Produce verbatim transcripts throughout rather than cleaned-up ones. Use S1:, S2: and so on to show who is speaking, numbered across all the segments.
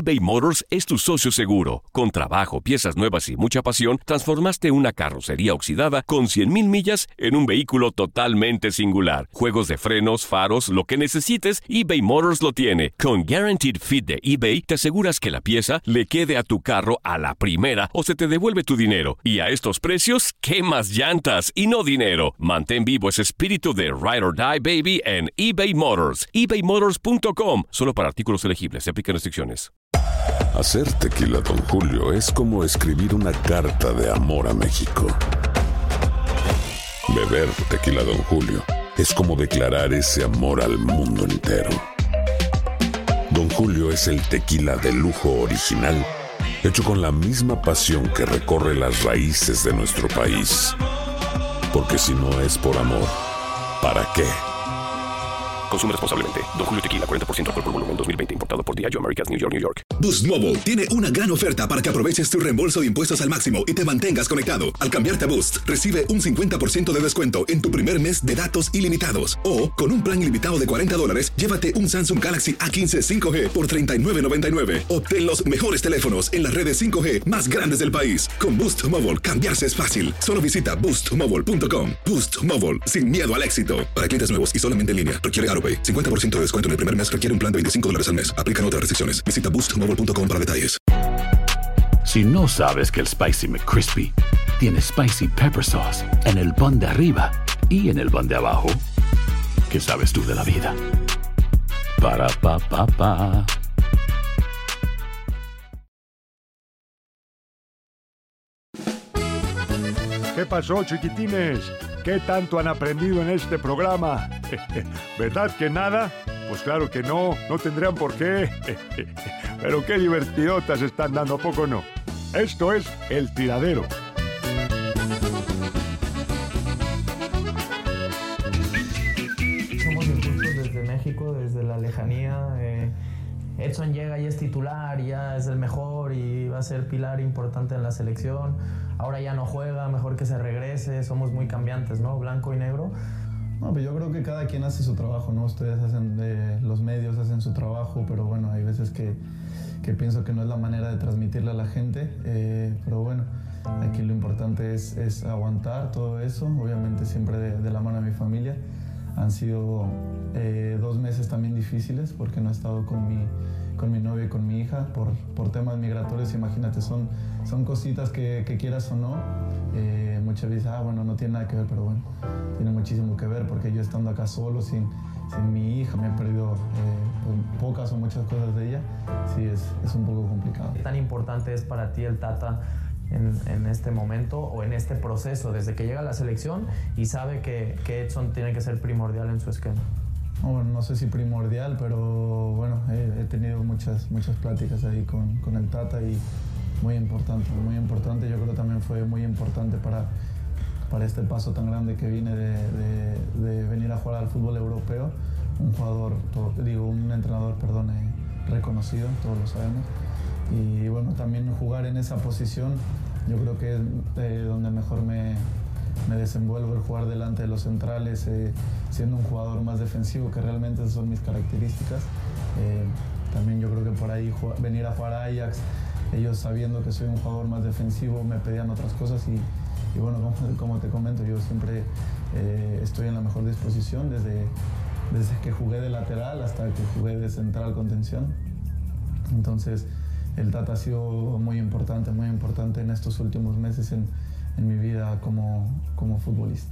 S1: eBay Motors es tu socio seguro. Con trabajo, piezas nuevas y mucha pasión, transformaste una carrocería oxidada con cien mil millas en un vehículo totalmente singular. Juegos de frenos, faros, lo que necesites, eBay Motors lo tiene. Con Guaranteed Fit de eBay, te aseguras que la pieza le quede a tu carro a la primera o se te devuelve tu dinero. Y a estos precios, ¿qué más llantas y no dinero? Mantén vivo ese espíritu de Ride or Die, baby, en eBay Motors. ebay motors punto com. Solo para artículos elegibles. Se aplican restricciones.
S2: Hacer tequila Don Julio es como escribir una carta de amor a México. Beber tequila Don Julio es como declarar ese amor al mundo entero. Don Julio es el tequila de lujo original, hecho con la misma pasión que recorre las raíces de nuestro país. Porque si no es por amor, ¿para qué?
S1: Consume responsablemente. Don Julio Tequila, cuarenta por ciento alcohol por volumen, dos mil veinte. Importado por Diageo Americas, New York, New York.
S3: Boost Mobile tiene una gran oferta para que aproveches tu reembolso de impuestos al máximo y te mantengas conectado. Al cambiarte a Boost, recibe un cincuenta por ciento de descuento en tu primer mes de datos ilimitados. O, con un plan ilimitado de cuarenta dólares, llévate un Samsung Galaxy A quince cinco G por treinta y nueve noventa y nueve. Obtén los mejores teléfonos en las redes cinco G más grandes del país. Con Boost Mobile, cambiarse es fácil. Solo visita boost mobile punto com. Boost Mobile, sin miedo al éxito. Para clientes nuevos y solamente en línea, requiere AutoPay. cincuenta por ciento de descuento en el primer mes requiere un plan de veinticinco dólares al mes. Aplican otras restricciones. Visita boost mobile punto com para detalles.
S4: Si no sabes que el Spicy McCrispy tiene Spicy Pepper Sauce en el pan de arriba y en el pan de abajo, ¿qué sabes tú de la vida? Para, pa, pa, pa.
S5: ¿Qué pasó, chiquitines? ¿Qué tanto han aprendido en este programa? ¿Verdad que nada? Pues claro que no, no tendrían por qué. Pero qué divertidotas están dando, ¿a poco no? Esto es El Tiradero.
S6: Somos impulsos desde México, desde la lejanía. Eh, Edson llega y es titular, ya es el mejor y va a ser pilar importante en la selección. Ahora ya no juega, mejor que se regrese. Somos muy cambiantes, ¿no? Blanco y negro.
S7: No, pero yo creo que cada quien hace su trabajo, ¿no? Ustedes hacen, eh, los medios hacen su trabajo, pero bueno, hay veces que, que pienso que no es la manera de transmitirle a la gente, eh, pero bueno, aquí lo importante es, es aguantar todo eso, obviamente siempre de, de la mano de mi familia. Han sido eh, dos meses también difíciles porque no he estado con mi, con mi novia y con mi hija por, por temas migratorios. Imagínate, son, son cositas que, que quieras o no. Eh, muchas veces, ah, bueno, no tiene nada que ver, pero bueno, tiene muchísimo que ver porque yo estando acá solo, sin, sin mi hija, me he perdido eh, pocas o muchas cosas de ella. Sí, es, es un poco complicado.
S6: ¿Qué tan importante es para ti el Tata en, en este momento o en este proceso, desde que llega a la selección y sabe que, que Edson tiene que ser primordial en su esquema?
S7: No, bueno, no sé si primordial, pero bueno, he, he tenido muchas, muchas pláticas ahí con, con el Tata y muy importante, muy importante. Yo creo que también fue muy importante para, para este paso tan grande que vine de, de, de venir a jugar al fútbol europeo. Un jugador, todo, digo, un entrenador, perdón, eh, reconocido, todos lo sabemos. Y bueno, también jugar en esa posición, yo creo que es eh, donde mejor me, me desenvuelvo, el jugar delante de los centrales, eh, siendo un jugador más defensivo, que realmente esas son mis características. Eh, también yo creo que por ahí jugar, venir a jugar a Ajax, ellos sabiendo que soy un jugador más defensivo, me pedían otras cosas y, y bueno, como, como te comento, yo siempre eh, estoy en la mejor disposición, desde, desde que jugué de lateral hasta que jugué de central contención. Entonces, el Tata ha sido muy importante, muy importante en estos últimos meses en, en mi vida como, como futbolista.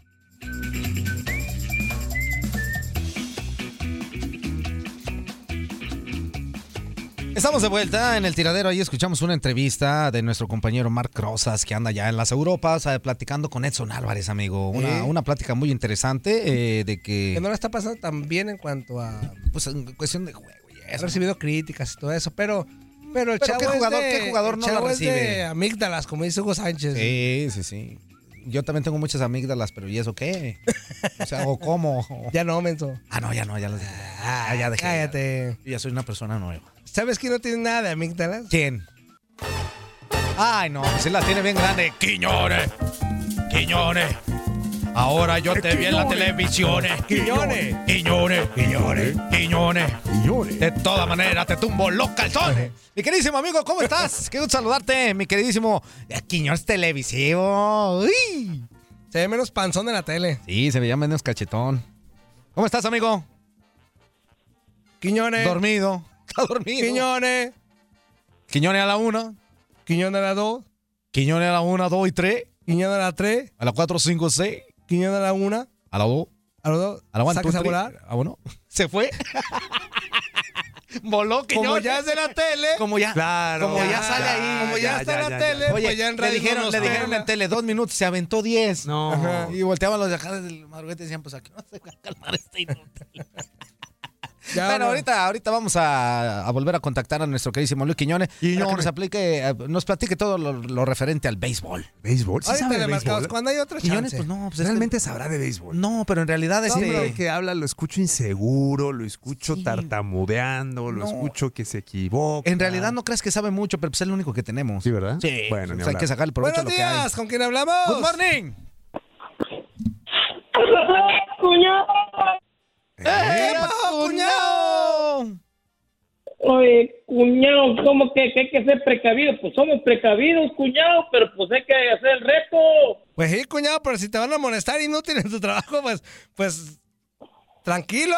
S8: Estamos de vuelta en El Tiradero. Ahí escuchamos una entrevista de nuestro compañero Marc Rosas, que anda ya en las Europas, eh, platicando con Edson Álvarez, amigo. Una, ¿Eh? una plática muy interesante eh, de que...
S9: Que no la está pasando tan bien en cuanto a...
S8: Pues en cuestión de juego.
S9: Ha recibido críticas y todo eso, pero... Pero el
S8: pero
S9: chavo
S8: ¿qué jugador,
S9: es de,
S8: ¿qué jugador no la recibe?
S9: Es de amígdalas, como dice Hugo Sánchez.
S8: Sí, sí, sí. Yo también tengo muchas amígdalas, pero ¿y eso qué? O sea, ¿o cómo?
S9: Ya no, menso.
S8: Ah, no, ya no, ya las dejé. Ah, ya dejé.
S9: Cállate.
S8: Yo ya soy una persona nueva.
S9: ¿Sabes quién no tiene nada de amígdalas?
S8: ¿Quién? Ay, no, se la tiene bien grande. Quiñones. Quiñones. Ahora yo te vi en la televisión.
S9: Quiñones.
S8: Quiñones, Quiñones, Quiñones.
S5: Quiñones.
S8: De todas maneras, te tumbo los calzones. Mi queridísimo amigo, ¿cómo estás? Qué gusto saludarte, mi queridísimo Quiñones televisivo. Uy.
S9: Se ve menos panzón en la tele.
S8: Sí, se veía menos cachetón. ¿Cómo estás, amigo?
S9: Quiñones.
S8: Dormido. Está dormido.
S9: Quiñones.
S8: Quiñones a la una.
S9: Quiñones a la dos.
S8: Quiñones a la una, dos y tres.
S9: Quiñones a la tres.
S8: A la cuatro, cinco, seis.
S9: Quiñones a la una.
S8: A la dos.
S9: A la dos.
S8: A la one, two,
S9: ¿Sacas a
S8: three.
S9: volar?
S8: A uno. Se fue. Voló Quiñones.
S9: Como ya es de la tele.
S8: Como ya.
S10: Claro.
S8: Como ya sale ahí.
S9: Como ya,
S10: Ya,
S9: está
S10: ya,
S9: en la
S10: ya,
S9: tele,
S10: ya.
S8: Oye,
S9: pues ya en
S8: le
S9: radio
S8: dijeron,
S9: no nos
S8: le dijeron
S9: pela.
S8: en tele dos minutos, se aventó diez.
S10: No.
S9: Ajá.
S8: Y volteaban los de acá del madruguete y decían, pues aquí no se va a calmar este inútil.
S9: Ya,
S8: Bueno,
S9: no.
S8: ahorita, ahorita vamos a, a volver a contactar a nuestro queridísimo Luis Quiñones,
S5: Quiñones.
S8: para que nos aplique, eh, nos platique todo lo, lo referente al béisbol.
S5: ¿Béisbol? ¿Sí
S9: Ahorita
S5: sabe de
S9: le marcamos
S5: béisbol?
S9: cuando hay otra
S8: Quiñones,
S9: chance.
S8: pues no, pues es
S5: Realmente
S8: que-
S5: sabrá de béisbol.
S8: no, pero en realidad este...
S5: Siempre que habla lo escucho inseguro, lo escucho
S8: Sí.
S5: tartamudeando, lo
S8: No.
S5: escucho que se equivoca.
S8: En realidad no crees que sabe mucho, pero pues es lo único que tenemos.
S5: Sí, ¿verdad?
S8: Sí.
S5: Bueno, ni
S8: Pues hay
S5: hablar.
S8: que sacar el provecho
S9: Buenos
S8: a lo que hay.
S9: días, ¿con quién hablamos?
S8: Good morning.
S9: ¿Qué pasó, cuñado?
S11: Oye, cuñado, ¿cómo que, que hay que ser precavido? Pues somos precavidos, cuñado, pero pues hay que hacer el reto.
S9: Pues sí, cuñado, pero si te van a molestar inútil en tu trabajo, pues, pues, tranquilo.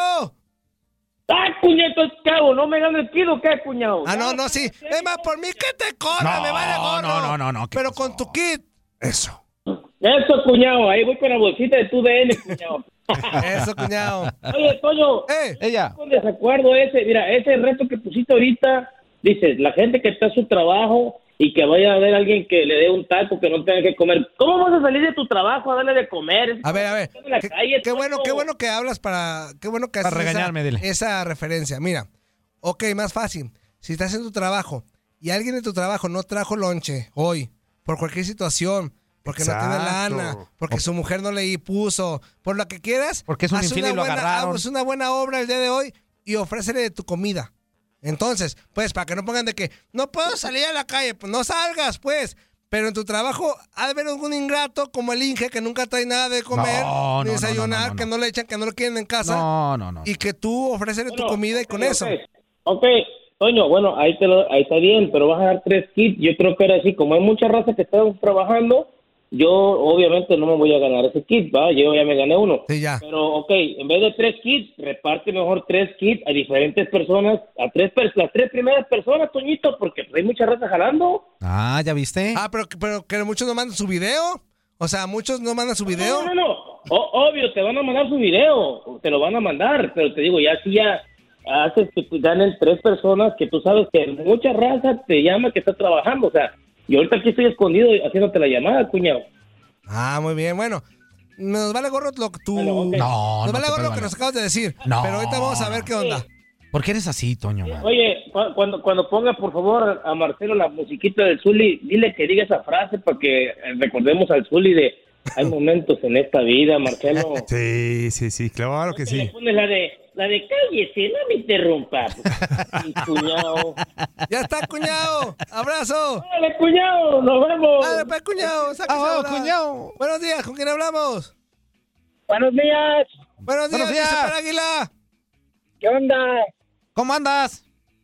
S11: ¡Ah, cuñado, entonces, ¿qué hago? ¿No me gano el kit o qué, cuñado?
S9: Ah, no, no, sí. Es más, por mí que te corra,
S8: No,
S9: me vale gorro.
S8: no, no, no, no, ¿qué
S9: Pero
S8: pasó?
S9: con tu kit.
S5: Eso.
S11: Eso, cuñado, ahí voy con la bolsita de tu D N, cuñado.
S9: Eso, cuñado.
S11: Oye, Toño,
S9: Eh,
S8: Ella.
S11: con desacuerdo ese, mira, ese reto que pusiste ahorita, dices, la gente que está a su trabajo y que vaya a ver a alguien que le dé un taco que no tenga que comer. ¿Cómo vas a salir de tu trabajo a darle de comer?
S9: a ver, a ver.
S11: En la
S9: Qué,
S11: calle,
S9: qué bueno,
S11: Toño.
S9: qué bueno que hablas para, qué bueno que
S8: Para
S9: haces
S8: regañarme,
S9: esa,
S8: dile.
S9: esa referencia. Mira, ok, más fácil. Si estás en tu trabajo y alguien en tu trabajo no trajo lonche hoy por cualquier situación, porque no tiene
S5: Exacto.
S9: lana, porque su mujer no le puso, por lo que quieras,
S8: Porque es un
S9: haz
S8: infiel
S9: una
S8: y lo
S9: buena-
S8: agarraron.
S9: haz una buena obra el día de hoy y ofrécele tu comida. Entonces, pues, para que no pongan de que no puedo salir a la calle, pues no salgas, pues. Pero en tu trabajo ha de haber algún ingrato como el Inge que nunca trae nada de comer,
S8: No,
S9: ni
S8: no, no,
S9: desayunar,
S8: no, no, no.
S9: que no le echan, que no lo quieren en casa.
S8: No, no, no.
S9: Y que tú ofrécele tu
S11: Bueno,
S9: comida y
S11: ok,
S9: con
S11: ok.
S9: eso.
S11: Ok, Toño, bueno, ahí, te lo, ahí está bien, pero vas a dar tres kits. Yo creo que ahora sí, como hay mucha raza que está trabajando, yo obviamente no me voy a ganar ese kit, ¿va? Yo ya me gané uno.
S9: Sí, ya.
S11: Pero, ok, en vez de tres kits, reparte mejor tres kits a diferentes personas, a tres pers- las tres primeras personas, Toñito, porque pues, hay mucha raza jalando.
S8: Ah, ¿ya viste?
S9: Ah, pero, pero que muchos no mandan su video. O sea, muchos no mandan su video.
S11: No, no, no. O- obvio, te van a mandar su video, te lo van a mandar, pero te digo, ya si ya haces que te ganen tres personas que tú sabes que mucha raza te llama que está trabajando, o sea, yo ahorita aquí estoy escondido haciéndote la llamada, cuñado.
S9: Ah, muy bien. Bueno, nos vale gorro lo que tú...
S11: Bueno, ok.
S8: No,
S9: Nos
S8: no
S9: vale
S8: te
S9: gorro lo
S8: puede
S9: que nos
S8: valer.
S9: acabas de decir.
S8: No.
S9: Pero ahorita vamos a ver qué onda.
S8: ¿Por qué eres así, Toño? man?
S11: Oye, cu- cuando cuando ponga por favor a Marcelo la musiquita del Zuli, dile que diga esa frase para que eh, recordemos al Zuli de hay momentos en esta vida, Marcelo.
S5: Sí, sí, sí, claro que
S11: Le
S5: sí.
S11: pones la de la de cállese, no me interrumpa. Mi cuñado.
S9: Ya está, cuñado. Abrazo.
S11: Dale, cuñado, nos vemos.
S9: Dale, pues, cuñado. sáquese
S8: Ah,
S9: ahora.
S8: cuñado.
S9: Buenos días, ¿con quién hablamos?
S11: Buenos días.
S9: Buenos días,
S8: Buenos días.
S9: Super Águila.
S11: ¿Qué onda?
S8: ¿Cómo andas?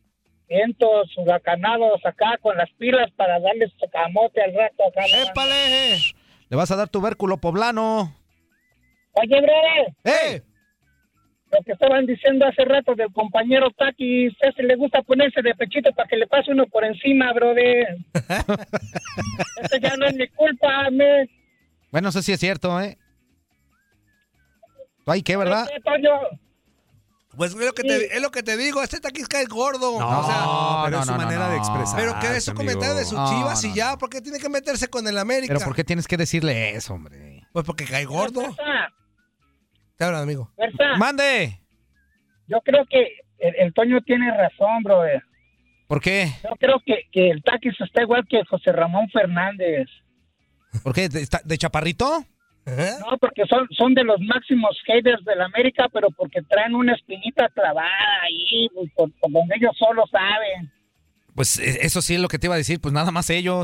S11: Vientos huracanados acá con las pilas para darles camote al rato acá.
S9: ¡Épale!
S8: Le vas a dar tubérculo poblano.
S11: Oye, brother,
S9: ¡Eh!
S11: lo que estaban diciendo hace rato del compañero Taki, ese le gusta ponerse de pechito para que le pase uno por encima, brother. Eso ya no es mi culpa, me.
S8: Bueno, no sé si es cierto, ¿eh? ¿Tú ahí qué, verdad?
S11: ¿Qué, Toño?
S9: Pues es lo que te, es lo que te digo, este taquisca es gordo.
S5: No,
S9: o sea,
S5: pero
S8: no,
S5: es su
S8: no, no,
S5: manera de
S8: no.
S5: expresar.
S9: pero que de su
S5: amigo.
S9: comentario de sus
S8: No,
S9: chivas
S8: no,
S9: y ya, ¿por qué tiene que meterse con el América?
S8: Pero ¿por qué tienes que decirle eso, hombre?
S9: Pues porque cae gordo.
S11: Fuerza,
S9: Te hablan, amigo.
S11: fuerza.
S8: ¡Mande!
S11: Yo creo que el, el Toño tiene razón, brother.
S8: ¿Por qué?
S11: Yo creo que, que el Taquis está igual que José Ramón Fernández.
S8: ¿Por qué? ¿De, está- de chaparrito?
S11: No, porque son, son de los máximos haters de la América, pero porque traen una espinita clavada ahí, pues, por, por donde ellos solo saben.
S8: Pues eh, eso sí es lo que te iba a decir, pues nada más ellos.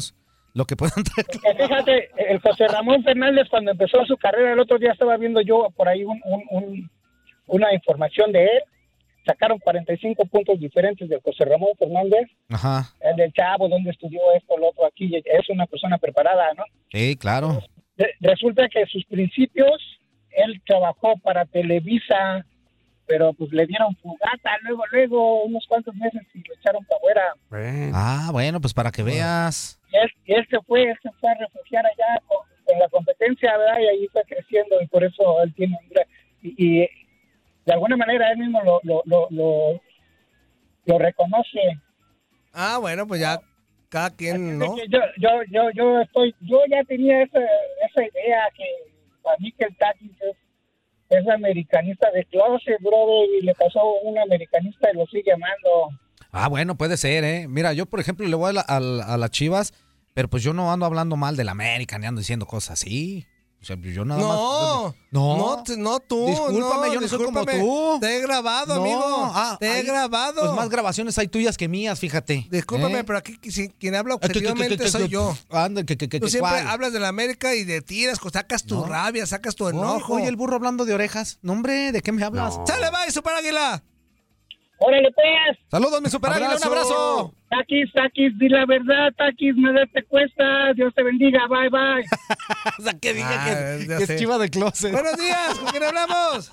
S8: lo que puedan traer.
S10: Porque fíjate, el José Ramón Fernández cuando empezó su carrera, el otro día estaba viendo yo por ahí un, un, un, una información de él. Sacaron cuarenta y cinco puntos diferentes de José Ramón Fernández.
S8: Ajá.
S10: El del Chavo, donde estudió esto, el otro aquí. Es una persona preparada, ¿no?
S8: Sí, claro.
S10: De, resulta que sus principios, él trabajó para Televisa, pero pues le dieron fugata luego, luego, unos cuantos meses y lo echaron para afuera.
S8: Bueno. Ah, bueno, pues para que veas.
S10: Y él, y él se fue, él se fue a refugiar allá con, con la competencia, ¿verdad? Y ahí está creciendo y por eso él tiene un gran... Y, y de alguna manera él mismo lo, lo, lo, lo, lo reconoce.
S9: Ah, bueno, pues ya cada quien, ¿no?
S10: Yo, yo, yo, yo estoy, yo ya tenía esa, esa idea que para mí que el Takis es es americanista de closet, brother, y le pasó a un americanista y lo sigue amando.
S8: Ah, bueno, puede ser, ¿eh? Mira, yo, por ejemplo, le voy a, la, a, a las Chivas, pero pues yo no ando hablando mal del América, ni ando diciendo cosas así. O sea, yo nada
S9: no,
S8: más...
S9: No, no, no tú.
S8: Discúlpame,
S9: no,
S8: yo no soy como tú.
S9: Te he grabado,
S8: no,
S9: amigo.
S8: Ah,
S9: te he
S8: hay,
S9: grabado.
S8: Pues más grabaciones hay tuyas que mías, fíjate.
S9: Discúlpame,
S8: ¿eh?
S9: pero aquí quien habla objetivamente soy yo.
S8: Anda, que, que, que,
S9: tú siempre
S8: ¿cuál?
S9: hablas de la América y de tiras, sacas tu
S8: no.
S9: rabia, sacas tu enojo.
S8: Oye, el burro hablando de orejas. No, hombre, ¿de qué me hablas?
S9: No. ¡Sale, bye, Super Águila!
S10: ¡Órale, pues!
S8: ¡Saludos, mi Super Águila! ¡Un abrazo!
S10: Takis, Takis, di la verdad, Takis, nada te cuesta. Dios te bendiga, bye, bye.
S8: O sea, que diga
S9: ah,
S8: que, que es chiva de closet.
S9: Buenos días, ¿con quién hablamos?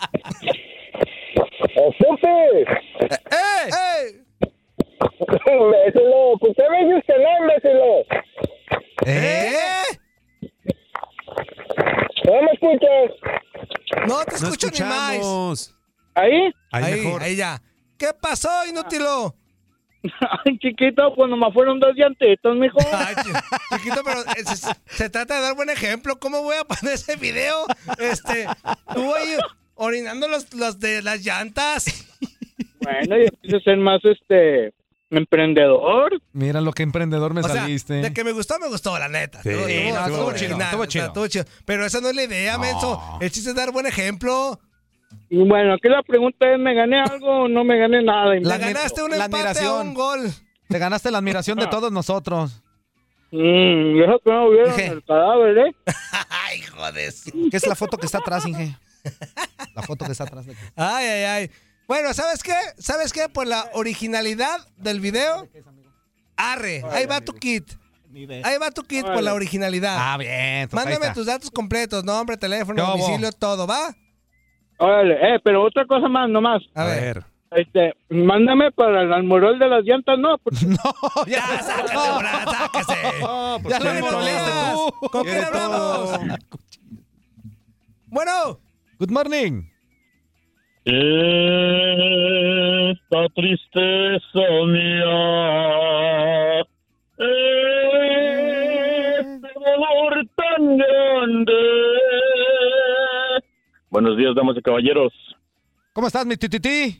S12: ¡Supe!
S9: ¡Eh! ¡Eh!
S12: ¡Imbécilo! ¿Por qué me dice usted no, imbécilo?
S9: ¿Eh?
S12: ¿No me escuchas?
S9: No te escucho ni más.
S12: ¿Ahí?
S9: Ahí, ahí, mejor. Ahí ya. ¿Qué pasó, inútilo?
S12: Ay, chiquito, pues nomás fueron dos llantitos, mijo.
S9: Ay, chiquito, pero se, se trata de dar buen ejemplo. ¿Cómo voy a poner ese video? Este, tú ahí orinando los, los de las llantas.
S12: Bueno, yo quise ser más, este, emprendedor.
S8: Mira lo que emprendedor me
S9: o
S8: saliste.
S9: Sea, de que me gustó, me gustó, la neta.
S8: Sí,
S9: estuvo,
S8: estuvo,
S9: estuvo,
S8: estuvo
S9: chido,
S8: chido, estuvo chido.
S9: Estuvo chido. Pero esa no es la idea, no. menso. El chiste es dar buen ejemplo.
S12: Y bueno, aquí la pregunta es, ¿me gané algo o no me gané nada?
S9: Le ganaste un empate a un gol.
S8: Te ganaste la admiración de todos nosotros.
S12: Mmm, eso que no vieron el cadáver, ¿eh?
S9: Ay, joder.
S8: ¿Qué es la foto que está atrás, Inge? La foto que está atrás de aquí.
S9: Ay, ay, ay. Bueno, ¿sabes qué? ¿Sabes qué? Por la originalidad del video. Arre, ahí va tu kit. Ahí va tu kit por la originalidad.
S8: Ah, bien.
S9: Mándame tus datos completos, nombre, teléfono, domicilio, todo, ¿va?
S12: Órale, eh, pero otra cosa más, nomás.
S9: A ver.
S12: Este, mándame para el almorol de las llantas, ¿no?
S8: Porque... No, ya,
S9: ya sácate, bra, sáquese.
S8: No,
S9: ya lo moleste tú. ¿Con quién hablamos? Bueno.
S8: Good morning.
S13: Esta tristeza mía, este dolor tan grande. Buenos días, damas y caballeros.
S8: ¿Cómo estás, mi tititi?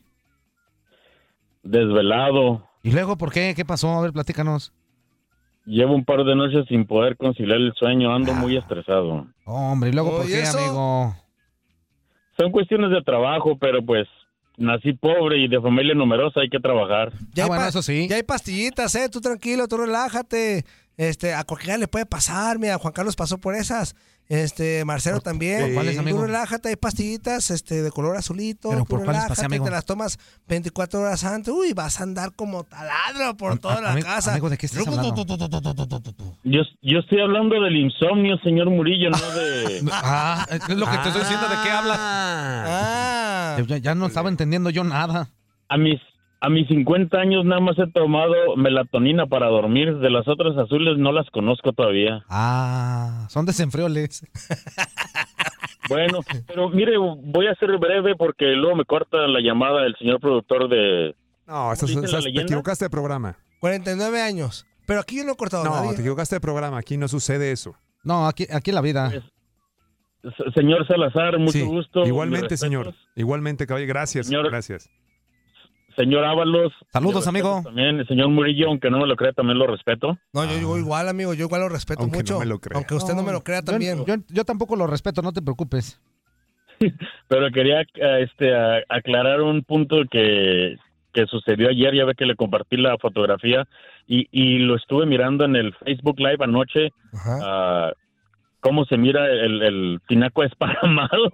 S13: Desvelado.
S8: ¿Y luego por qué? ¿Qué pasó? A ver, platícanos.
S13: Llevo un par de noches sin poder conciliar el sueño, ando ah. muy estresado.
S8: Hombre, ¿y luego por qué, eso? amigo?
S13: Son cuestiones de trabajo, pero pues nací pobre y de familia numerosa, hay que trabajar.
S9: Ya
S8: ah,
S9: hay
S8: bueno,
S9: pa-
S8: eso sí.
S9: Ya hay pastillitas, eh, tú tranquilo, tú relájate. Este, a cualquiera le puede pasar, mira, Juan Carlos pasó por esas. Este, Marcelo también.
S8: ¿Cuáles, amigo?
S9: Tú relájate, hay pastillitas este, de color azulito.
S8: ¿Pero
S9: tú
S8: por cuáles
S9: relájate,
S8: pasé, amigo?
S9: te las tomas veinticuatro horas antes. Uy, vas a andar como taladro por
S8: A-
S9: toda
S8: a-
S9: la
S8: amigo,
S9: casa.
S8: Amigo, ¿de qué estás hablando?
S13: Yo, yo estoy hablando del insomnio, señor Murillo, no de...
S8: Ah, es lo que te estoy diciendo, ¿de qué hablas?
S9: Ah.
S8: Ya, ya no estaba entendiendo yo nada.
S13: A mis, a mis cincuenta años nada más he tomado melatonina para dormir. De las otras azules no las conozco todavía.
S8: Ah, son desenfrioles.
S13: Bueno, pero mire, voy a ser breve porque luego me corta la llamada el señor productor de...
S14: No, eso,
S13: ¿Dice la
S14: eso, te
S13: leyenda?
S14: equivocaste de programa.
S9: cuarenta y nueve años. Pero aquí yo no he cortado a
S14: No,
S9: nadie.
S14: te equivocaste de programa. Aquí no sucede eso.
S8: No, aquí, aquí en la vida.
S13: S- Señor Salazar, mucho
S14: Sí,
S13: gusto.
S14: igualmente,
S13: Mis
S14: señor.
S13: respetos.
S14: Igualmente, caballero. Gracias.
S13: Señor-
S14: Gracias.
S13: Señor Ábalos.
S8: Saludos,
S13: mis respetos
S8: amigo.
S13: También, el señor Murillo, aunque no me lo crea, también lo respeto.
S9: No, yo, yo igual, amigo, yo igual lo respeto
S14: Aunque
S9: mucho.
S14: no me lo crea.
S9: Aunque usted no, me lo crea
S8: Yo-
S9: también.
S8: Yo, yo tampoco lo respeto, no te preocupes.
S13: Pero quería eh, este, a- aclarar un punto que, que sucedió ayer. Ya ve que le compartí la fotografía y, y lo estuve mirando en el Facebook Live anoche. Uh, cómo se mira el, el tinaco esparramado.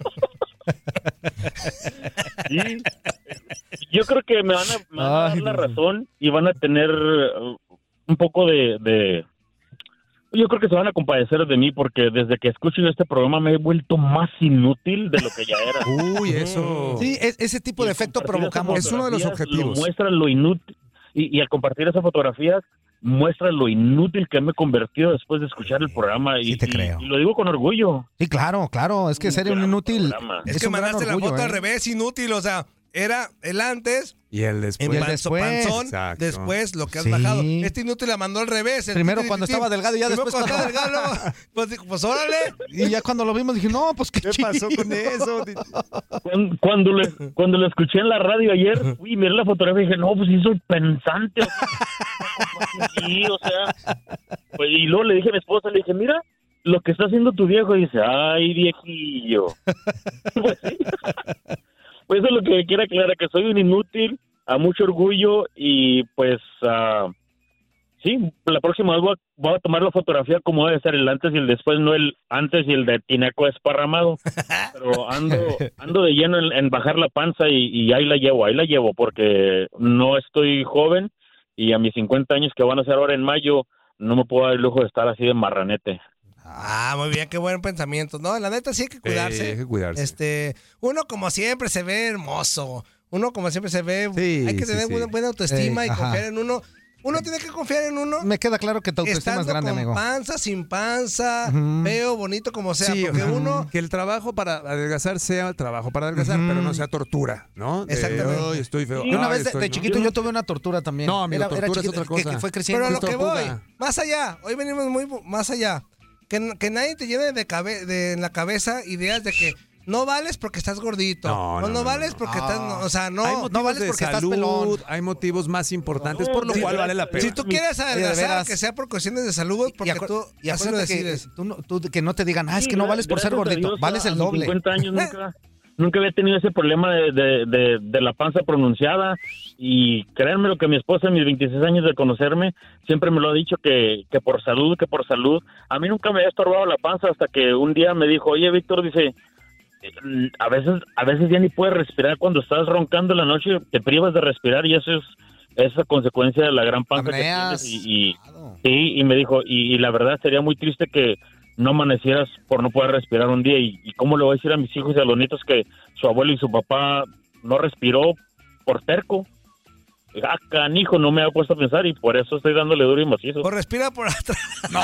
S13: Sí. Yo creo que me van a, me van a dar la razón y van a tener uh, un poco de, de... Yo creo que se van a compadecer de mí porque desde que escucho este programa me he vuelto más inútil de lo que ya era.
S14: Uy, eso.
S8: Sí, es, ese tipo de efecto provocamos.
S14: Es uno de los objetivos.
S13: Lo muestra lo inútil y, y al compartir esas fotografías muestra lo inútil que me he convertido después de escuchar el programa y,
S8: Sí te creo.
S13: y, y lo digo con orgullo.
S8: Sí, claro, claro, es que ser un inútil
S9: Es,
S8: es
S9: que
S8: un gran
S9: mandaste la
S8: orgullo,
S9: foto
S8: ¿eh?
S9: al revés, inútil, o sea, era el antes,
S14: Y el después.
S9: en
S8: el
S9: panzo,
S8: después.
S9: panzón,
S14: Exacto.
S9: después lo que has
S8: Sí.
S9: bajado. Este inútil la mandó al revés. el
S8: Primero
S9: titi,
S8: cuando
S9: titi,
S8: estaba delgado y ya
S9: primero
S8: después
S9: cuando estaba
S8: cuando-
S9: delgado, pues, dijo, pues órale.
S8: Y ya cuando lo vimos dije, no, pues qué,
S14: ¿Qué pasó
S8: chido.
S14: con eso?
S13: Cuando, cuando, le, cuando lo escuché en la radio ayer, uy, miré la fotografía y dije, no, pues sí soy pensante. O sea, sí, o sea, pues, y luego le dije a mi esposa, le dije, mira, lo que está haciendo tu viejo. Y dice, ay, viejillo. Pues sí. Pues eso es lo que quiero aclarar, que soy un inútil, a mucho orgullo y pues uh, sí, la próxima vez voy a, voy a tomar la fotografía como debe ser el antes y el después, no el antes y el de tinaco esparramado, pero ando ando de lleno en, en bajar la panza y, y ahí la llevo, ahí la llevo porque no estoy joven y a mis cincuenta años que van a ser ahora en mayo no me puedo dar el lujo de estar así de marranete.
S9: Ah, muy bien, qué buen pensamiento. No, la neta sí hay que cuidarse.
S14: Sí, hay que cuidarse.
S9: Este, uno como siempre se ve hermoso. Uno como siempre se ve,
S14: Sí,
S9: hay que
S14: sí,
S9: tener
S14: sí.
S9: buena, buena autoestima
S8: Sí,
S9: y
S8: ajá.
S9: confiar en uno. Uno tiene que confiar en uno.
S8: Me queda claro que tu autoestima es
S9: Estando
S8: grande,
S9: con
S8: amigo.
S9: panza, sin panza,
S8: Ujú.
S9: feo, bonito, como sea.
S14: Sí,
S9: porque
S14: o sea,
S9: uno...
S14: que el trabajo para adelgazar sea el trabajo para adelgazar,
S8: Ujú.
S14: pero no sea tortura, ¿no? De,
S9: Exactamente.
S14: "Ay, estoy feo.
S8: Y una
S14: Ay,
S8: vez de,
S14: estoy",
S8: de
S14: ¿no?
S8: chiquito yo tuve una tortura también.
S14: No, amigo, tortura es
S8: chiquito,
S14: otra
S8: que-
S14: cosa.
S8: Que, fue creciendo.
S9: Pero a lo que voy,
S14: tortuga.
S9: más allá. Hoy venimos muy más allá. Que, que nadie te llene de, cabe, de en la cabeza ideas de que no vales porque estás gordito.
S14: No,
S9: No,
S14: no,
S9: no,
S14: no,
S9: vales
S14: no.
S9: porque estás... no, o sea,
S14: Hay
S9: no,
S14: motivos
S9: no vales
S14: de
S9: porque
S14: salud,
S9: estás pelón.
S14: hay motivos más importantes, por lo
S13: Sí,
S14: cual vale la pena.
S9: Si tú quieres
S8: Oye, de
S9: adelgazar,
S8: veras.
S9: que sea por cuestiones de salud, porque
S8: acu-
S9: tú
S8: y
S9: así lo
S8: acuérdate que,
S9: decides.
S8: tú no, tú- que no te digan, ah, es
S13: Sí,
S8: que no
S13: gra-
S8: vales por ser
S13: gracias a
S8: gordito,
S13: Dios,
S8: vales
S13: a
S8: el
S13: mis
S8: doble.
S13: cincuenta años nunca, nunca había tenido ese problema de, de, de, de la panza pronunciada y créanme lo que mi esposa en mis veintiséis años de conocerme siempre me lo ha dicho que, que por salud, que por salud. A mí nunca me había estorbado la panza hasta que un día me dijo, oye, Víctor, dice, a veces a veces ya ni puedes respirar cuando estás roncando en la noche, te privas de respirar y eso es esa consecuencia de la gran panza que
S8: Apneas.
S13: tienes y, y sí, y me dijo, y, y la verdad sería muy triste que no amanecieras por no poder respirar un día y, y cómo le voy a decir a mis hijos y a los nietos que su abuelo y su papá no respiró por terco. Ah, canijo, no me había puesto a pensar y por eso estoy dándole duro y macizo.
S9: O respira por atrás.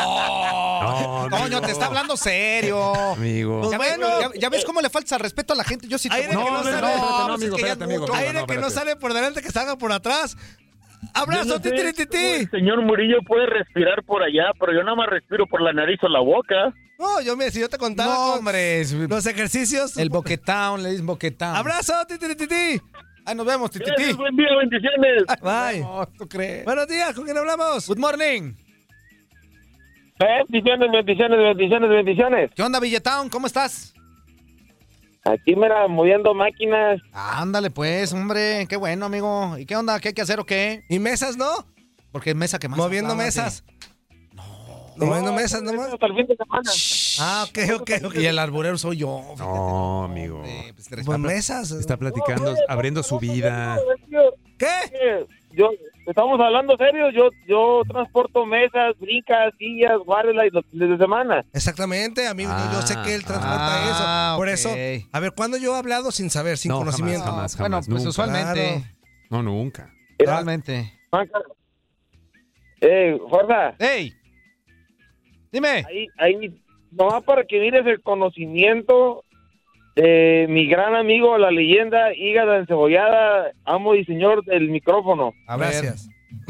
S8: No,
S14: No,
S8: Toño, te está hablando serio.
S14: Amigo.
S8: Ya, ves,
S9: bueno.
S8: ya- ya ves cómo le falta respeto a la gente. Yo sí te
S9: Aire
S8: voy a-
S9: que no
S14: no,
S9: sale.
S14: no, espérate, no,
S8: pues
S14: amigo,
S8: es que ya
S14: espérate, amigo,
S8: mucho.
S14: calma,
S9: Aire
S14: no,
S9: que no
S14: espérate.
S9: sale por delante, que salga por atrás.
S13: Yo
S9: Abrazo,
S13: no sé
S9: titi,
S13: cómo
S9: titi.
S13: el señor Murillo puede respirar por allá, pero yo nada más respiro por la nariz o la boca.
S9: No, yo me, si yo te contaba
S8: No,
S9: con
S8: hombre. es-
S9: los ejercicios.
S8: El boquetown, le dicen boquetown.
S9: Abrazo, titi, titi.
S8: Ahí nos vemos, titi.
S13: Gracias, buen día, bendiciones.
S9: Bye.
S8: No, ¿tú crees?
S9: Buenos días, ¿con quién hablamos?
S8: Good morning.
S12: Bendiciones, bendiciones, bendiciones, bendiciones.
S8: ¿Qué onda, Villetown? ¿Cómo estás?
S12: Aquí, mira, moviendo máquinas.
S8: Ándale, pues, hombre. Qué bueno, amigo. ¿Y qué onda? ¿Qué hay que hacer o qué?
S9: ¿Y mesas, no?
S8: Porque mesa que más.
S9: Moviendo
S8: hablaba,
S9: mesas.
S8: sí.
S9: Moviendo mesas nomás.
S12: Hasta el fin de semana.
S9: Ah, ok, ok, ok.
S8: Y el arburero soy yo.
S14: No, amigo.
S8: Eh, pues, te
S9: Pues
S8: respeto.
S9: mesas.
S14: Está platicando, abriendo su vida.
S9: ¿Qué?
S12: Yo, estamos hablando serio, yo yo transporto mesas, brincas, sillas, guardelas y los fines de semana.
S9: Exactamente, amigo. yo- yo sé que él transporta
S8: Ah,
S9: eso. Por
S8: ok.
S9: eso, a ver, ¿cuándo yo he hablado sin saber, sin
S14: No, jamás,
S9: conocimiento?
S14: jamás,
S8: Bueno,
S14: jamás,
S8: pues
S14: nunca.
S8: usualmente.
S14: No, nunca.
S8: Realmente.
S12: Juanca, eh, Jorge,
S8: ¡Ey! Dime.
S12: ahí, ahí, nomás para que mires el conocimiento de mi gran amigo, la leyenda Hígado Encebollada, amo y señor del micrófono,
S8: A ver,
S9: Gracias.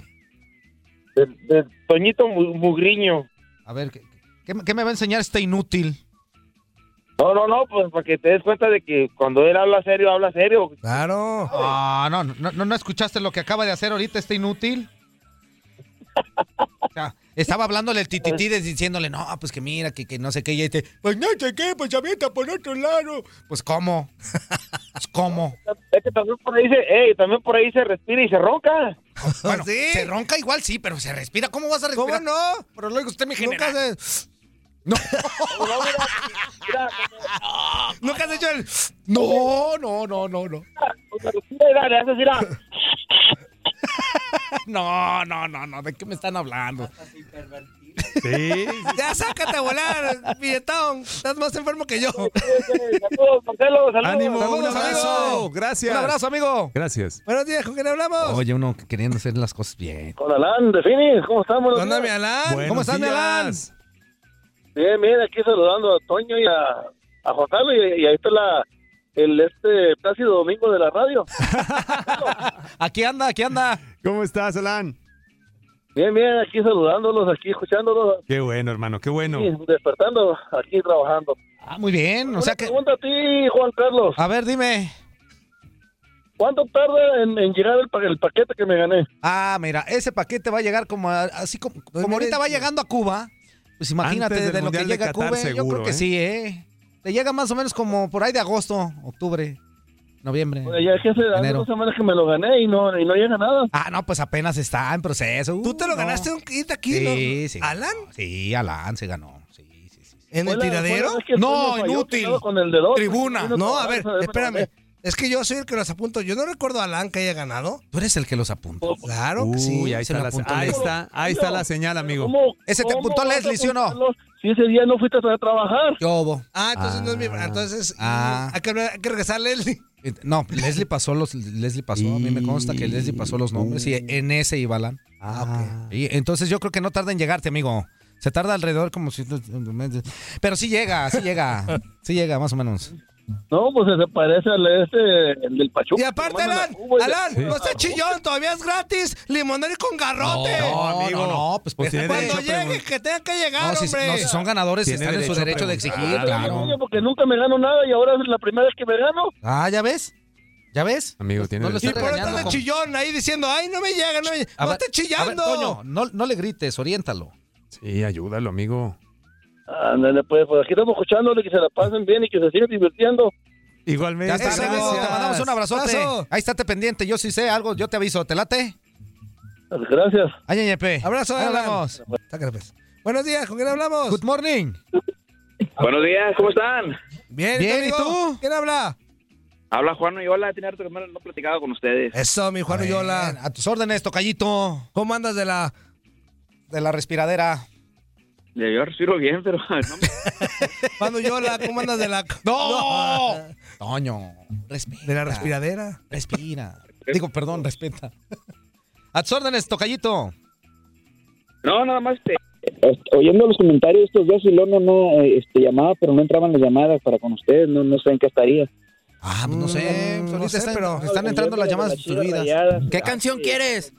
S12: de, de Toñito Mu- Mugriño.
S8: a ver, ¿qué, qué, qué me va a enseñar este inútil?
S12: No, no, no, pues para que te des cuenta de que cuando él habla serio, habla serio.
S9: Claro.
S8: Ah, no, no, no, no escuchaste lo que acaba de hacer ahorita este inútil. O sea, Estaba hablándole el tititides diciéndole, no, pues que mira, que, que no sé qué. Y este, pues no sé qué, pues avienta por otro lado. Pues, ¿cómo? Pues, ¿cómo?
S12: Es que también por ahí se, ey, también por ahí se respira y se ronca.
S8: Bueno,
S9: ¿Sí?
S8: se ronca igual, sí, pero se respira. ¿Cómo vas a respirar?
S9: ¿Cómo no?
S8: Pero luego usted me genera.
S9: Nunca se...
S8: No.
S12: No, mira, mira,
S9: Nunca has hecho el...
S8: No, no, no, no, no.
S12: mira, le haces, mira.
S8: No, no, no, no. ¿De qué me están hablando?
S14: Sí.
S9: Ya sácate a volar, billetón. Estás más enfermo que yo.
S12: Saludos, Marcelo, saludos.
S14: Ánimo, un
S9: Saludos,
S14: abrazo.
S9: amigo.
S14: Gracias.
S8: Un abrazo, amigo.
S14: Gracias.
S9: Buenos días, ¿con quién hablamos?
S8: Oye, uno queriendo hacer las cosas bien.
S12: Con Alan de Phoenix, ¿cómo estamos?
S9: ¿Qué onda, mi Alan?
S14: Buenos
S8: ¿Cómo estás, mi Alan?
S14: días.
S12: Bien, bien, aquí saludando a Toño y a, a Juan Carlos y, y ahí está la, el este Plácido Domingo de la radio.
S8: Aquí anda, aquí anda.
S14: ¿Cómo estás, Alan?
S12: Bien, bien, aquí saludándolos, aquí escuchándolos,
S14: Qué bueno, hermano, qué bueno.
S12: aquí despertando, aquí trabajando.
S8: Ah, muy bien. O
S12: Una
S8: sea que.
S12: pregunta a ti, Juan Carlos.
S8: A ver, dime.
S12: ¿Cuánto tarda en, en llegar el, pa- el paquete que me gané?
S8: Ah, mira, ese paquete va a llegar como a- así como, como ahorita va llegando a Cuba. Pues imagínate
S14: Antes del
S8: de lo que
S14: Mundial de
S8: llega a
S14: Qatar,
S8: Cuba. eh, Yo
S14: seguro,
S8: creo que
S14: ¿eh?
S8: sí, ¿eh? Te llega más o menos como por ahí de agosto, octubre, noviembre.
S12: Pues ya es que hace hace
S8: enero.
S12: dos semanas que me lo gané y no, y no llega nada.
S8: Ah, no, pues apenas está en proceso.
S9: ¿Tú te lo
S8: Uh,
S9: ganaste
S8: no.
S9: un kit aquí,
S8: Sí,
S9: no?
S8: sí.
S9: ¿Alan?
S8: Sí, Alan se ganó. Sí, sí, sí.
S9: ¿En
S12: Fue
S9: el
S12: la-
S9: tiradero?
S12: fue la vez que el
S8: No,
S12: Toño falló,
S8: inútil.
S12: quedado Con el de dos,
S8: Tribuna.
S12: vino
S9: No, a
S12: trabajar,
S9: ver,
S12: esa vez me lo
S9: espérame.
S12: gané.
S9: Es que yo soy el que los apunto. Yo no recuerdo a Alan que haya ganado.
S8: Tú eres el que los apuntó.
S9: Claro que sí.
S14: Uy, ahí
S8: se
S14: está,
S8: lo
S14: la,
S8: apuntó
S14: ahí,
S8: Leslie.
S14: está, ahí está la señal, amigo.
S12: ¿Cómo-
S8: Ese te
S12: cómo
S8: apuntó
S12: vas a
S8: Leslie, ¿sí o no?
S12: apuntarlo Si ese día no fuiste a trabajar.
S8: ¿Qué hubo?
S9: Ah, entonces no es mi... Entonces
S8: Ah.
S9: hay, que, hablar- hay que regresar, Leslie.
S8: Eh, No, Leslie pasó los, Leslie pasó, a mí me consta que Leslie pasó los nombres y en ese iba Alan.
S14: Ah,
S8: Y entonces yo creo que no tarda en llegarte, amigo. Se tarda alrededor como si... Pero sí llega, sí llega. Sí llega, más o menos.
S12: No, pues se parece al este, el del Pachuca.
S9: Y aparte,
S12: que lo mandan
S9: Alan,
S12: a Cuba y-
S9: Alan,
S14: Sí.
S9: no estés chillón, todavía es gratis. Limonero y con garrote.
S8: No,
S14: amigo.
S8: no, no, pues,
S14: Pues tiene
S9: Cuando
S14: derecho a
S9: llegue,
S14: pregun-
S9: que tengan que llegar,
S8: No, si,
S9: hombre.
S8: no, si son ganadores,
S14: Tiene
S8: están en su
S14: derecho a
S8: derecho de
S14: preguntar,
S8: exigir, claro.
S12: Oye, porque nunca me gano nada y ahora es la primera vez que me gano.
S8: Ah, ¿ya ves? ¿Ya ves?
S14: Amigo, tiene
S8: No lo
S9: Y
S14: derecho
S8: estoy
S9: por eso
S8: regañando.
S9: estás de chillón ahí diciendo, ay, no me llega, no me llega.
S8: A
S9: No
S8: ver,
S9: estés
S8: a ver,
S9: chillando.
S8: Toño, no, no le grites, oriéntalo.
S14: Sí, ayúdalo, amigo.
S12: Ándale, pues, pues aquí estamos escuchándole, que se la pasen bien y que se sigan divirtiendo.
S14: Igualmente.
S8: Ya está,
S9: Eso,
S8: amigo,
S9: gracias.
S8: te mandamos un abrazote.
S9: Abrazo.
S8: Ahí estate pendiente, yo sí sé algo, yo te aviso, ¿te late?
S12: Gracias.
S8: Ay, Ñeñepe.
S9: Abrazo,
S8: Ahí
S9: Alan.
S8: hablamos.
S9: Sácale, pues. Buenos días, ¿con quién hablamos?
S8: Good morning.
S15: Buenos días, ¿cómo están?
S9: Bien,
S8: Bien, ¿y
S9: amigo?
S8: tú?
S9: ¿Quién habla?
S15: Habla Juan Uyola, tiene harto que no he platicado con ustedes.
S9: Eso, mi Juan
S8: Bien,
S9: Uyola.
S8: A tus órdenes, tocallito.
S9: ¿Cómo andas de la...?
S8: De la respiradera.
S15: Yo respiro bien, pero no me...
S9: Juan Uyola, ¿cómo andas de la...?
S8: ¡No! Toño, respira.
S9: ¿De la respiradera?
S8: Respira. Digo, perdón, respeta. A tus órdenes, tocallito.
S15: No, nada más este, oyendo los comentarios estos días y luego no, no eh, este, llamaba, pero no entraban las llamadas para con ustedes, no, no sé en qué estaría.
S8: Ah, pues no sé.
S9: Mm,
S8: pues
S9: no
S8: ahorita
S9: sé,
S8: están,
S9: pero-
S8: están entrando las llamadas destruidas. ¿Qué canción quieres?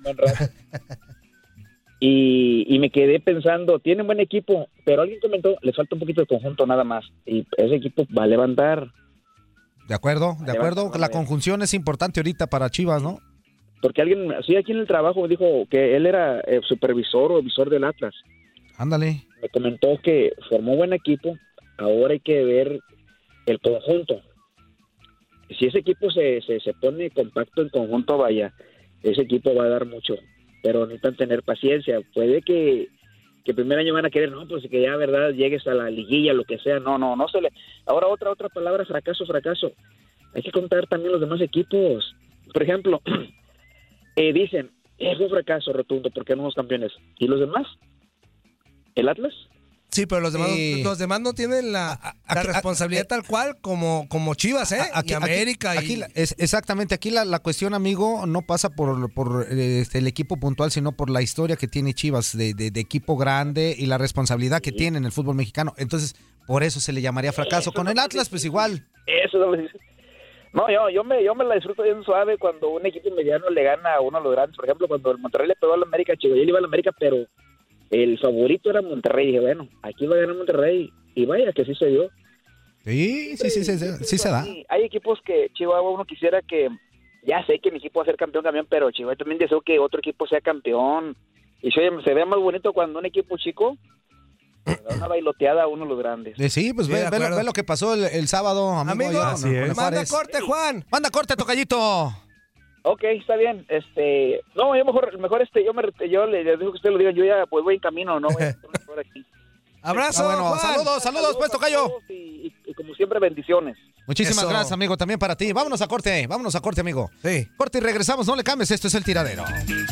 S15: Y, y me quedé pensando, tienen buen equipo, pero alguien comentó, les falta un poquito de conjunto nada más, y ese equipo va a levantar,
S8: De acuerdo, de acuerdo. La conjunción es importante ahorita para Chivas, ¿no?
S15: porque alguien, sí, aquí en el trabajo dijo que él era eh, supervisor o visor del Atlas.
S8: Ándale.
S15: Me comentó que formó buen equipo, ahora hay que ver el conjunto. Si ese equipo se, se, se pone compacto en conjunto, vaya, ese equipo va a dar mucho, pero necesitan tener paciencia. Puede que, que el primer año van a querer, no, pues que ya, verdad, llegues a la liguilla, lo que sea, no, no, no se le... Ahora otra, otra palabra, fracaso, fracaso. Hay que contar también los demás equipos. Por ejemplo, eh, dicen, es un fracaso rotundo porque no somos campeones. ¿Y los demás? ¿El Atlas?
S9: Sí, pero los demás,
S8: Sí.
S9: los demás no tienen la, la
S8: aquí-
S9: responsabilidad tal cual como, como Chivas, ¿eh?
S8: Aquí-
S9: y América.
S8: Aquí,
S9: y...
S8: aquí la- es, exactamente, aquí la, la cuestión, amigo, no pasa por, por eh, este, el equipo puntual, sino por la historia que tiene Chivas de, de- de equipo grande y la responsabilidad que tiene en el fútbol mexicano. Entonces, por eso se le llamaría fracaso. Con el Atlas, pues igual.
S15: Eso no lo dice. No, yo, yo, me, yo me la disfruto bien suave cuando un equipo mediano le gana a uno de los grandes. Por ejemplo, cuando el Monterrey le pegó a la América, chico, yo le iba a la América, pero el favorito era Monterrey. Dije, bueno, aquí va a ganar Monterrey. Y vaya, que sí se dio.
S8: Sí, sí, sí, sí, sí, sí se da.
S15: Sí, hay equipos que Chihuahua uno quisiera que, ya sé que mi equipo va a ser campeón, campeón, pero Chihuahua también deseo que otro equipo sea campeón. Y se, se ve más bonito cuando un equipo chico le da una bailoteada a uno de los grandes.
S8: Eh, Sí, pues
S9: Sí,
S8: ve,
S9: de
S8: ve lo,
S9: acuerdo.
S8: ve lo que pasó el, el sábado, amigo.
S9: Amigo,
S8: allá con-
S14: así
S8: con
S14: es.
S8: el
S9: Manda
S8: Juárez.
S9: corte, Juan.
S8: Manda corte, tocallito.
S15: Ok, está bien. Este, no, yo mejor, mejor este, yo me, yo le, le dejo que usted lo diga. Yo ya, pues voy en camino, no voy a estar una hora aquí.
S9: Abrazo,
S8: Ah, bueno,
S9: Juan.
S8: saludos, saludos, pues,
S15: a
S8: tocayo.
S15: todos Y, y- y como siempre, bendiciones.
S8: Muchísimas
S9: Eso.
S8: gracias, amigo, también para ti. Vámonos a corte, vámonos a corte, amigo.
S9: Sí.
S8: Corte y regresamos, no le cambies, esto es El Tiradero.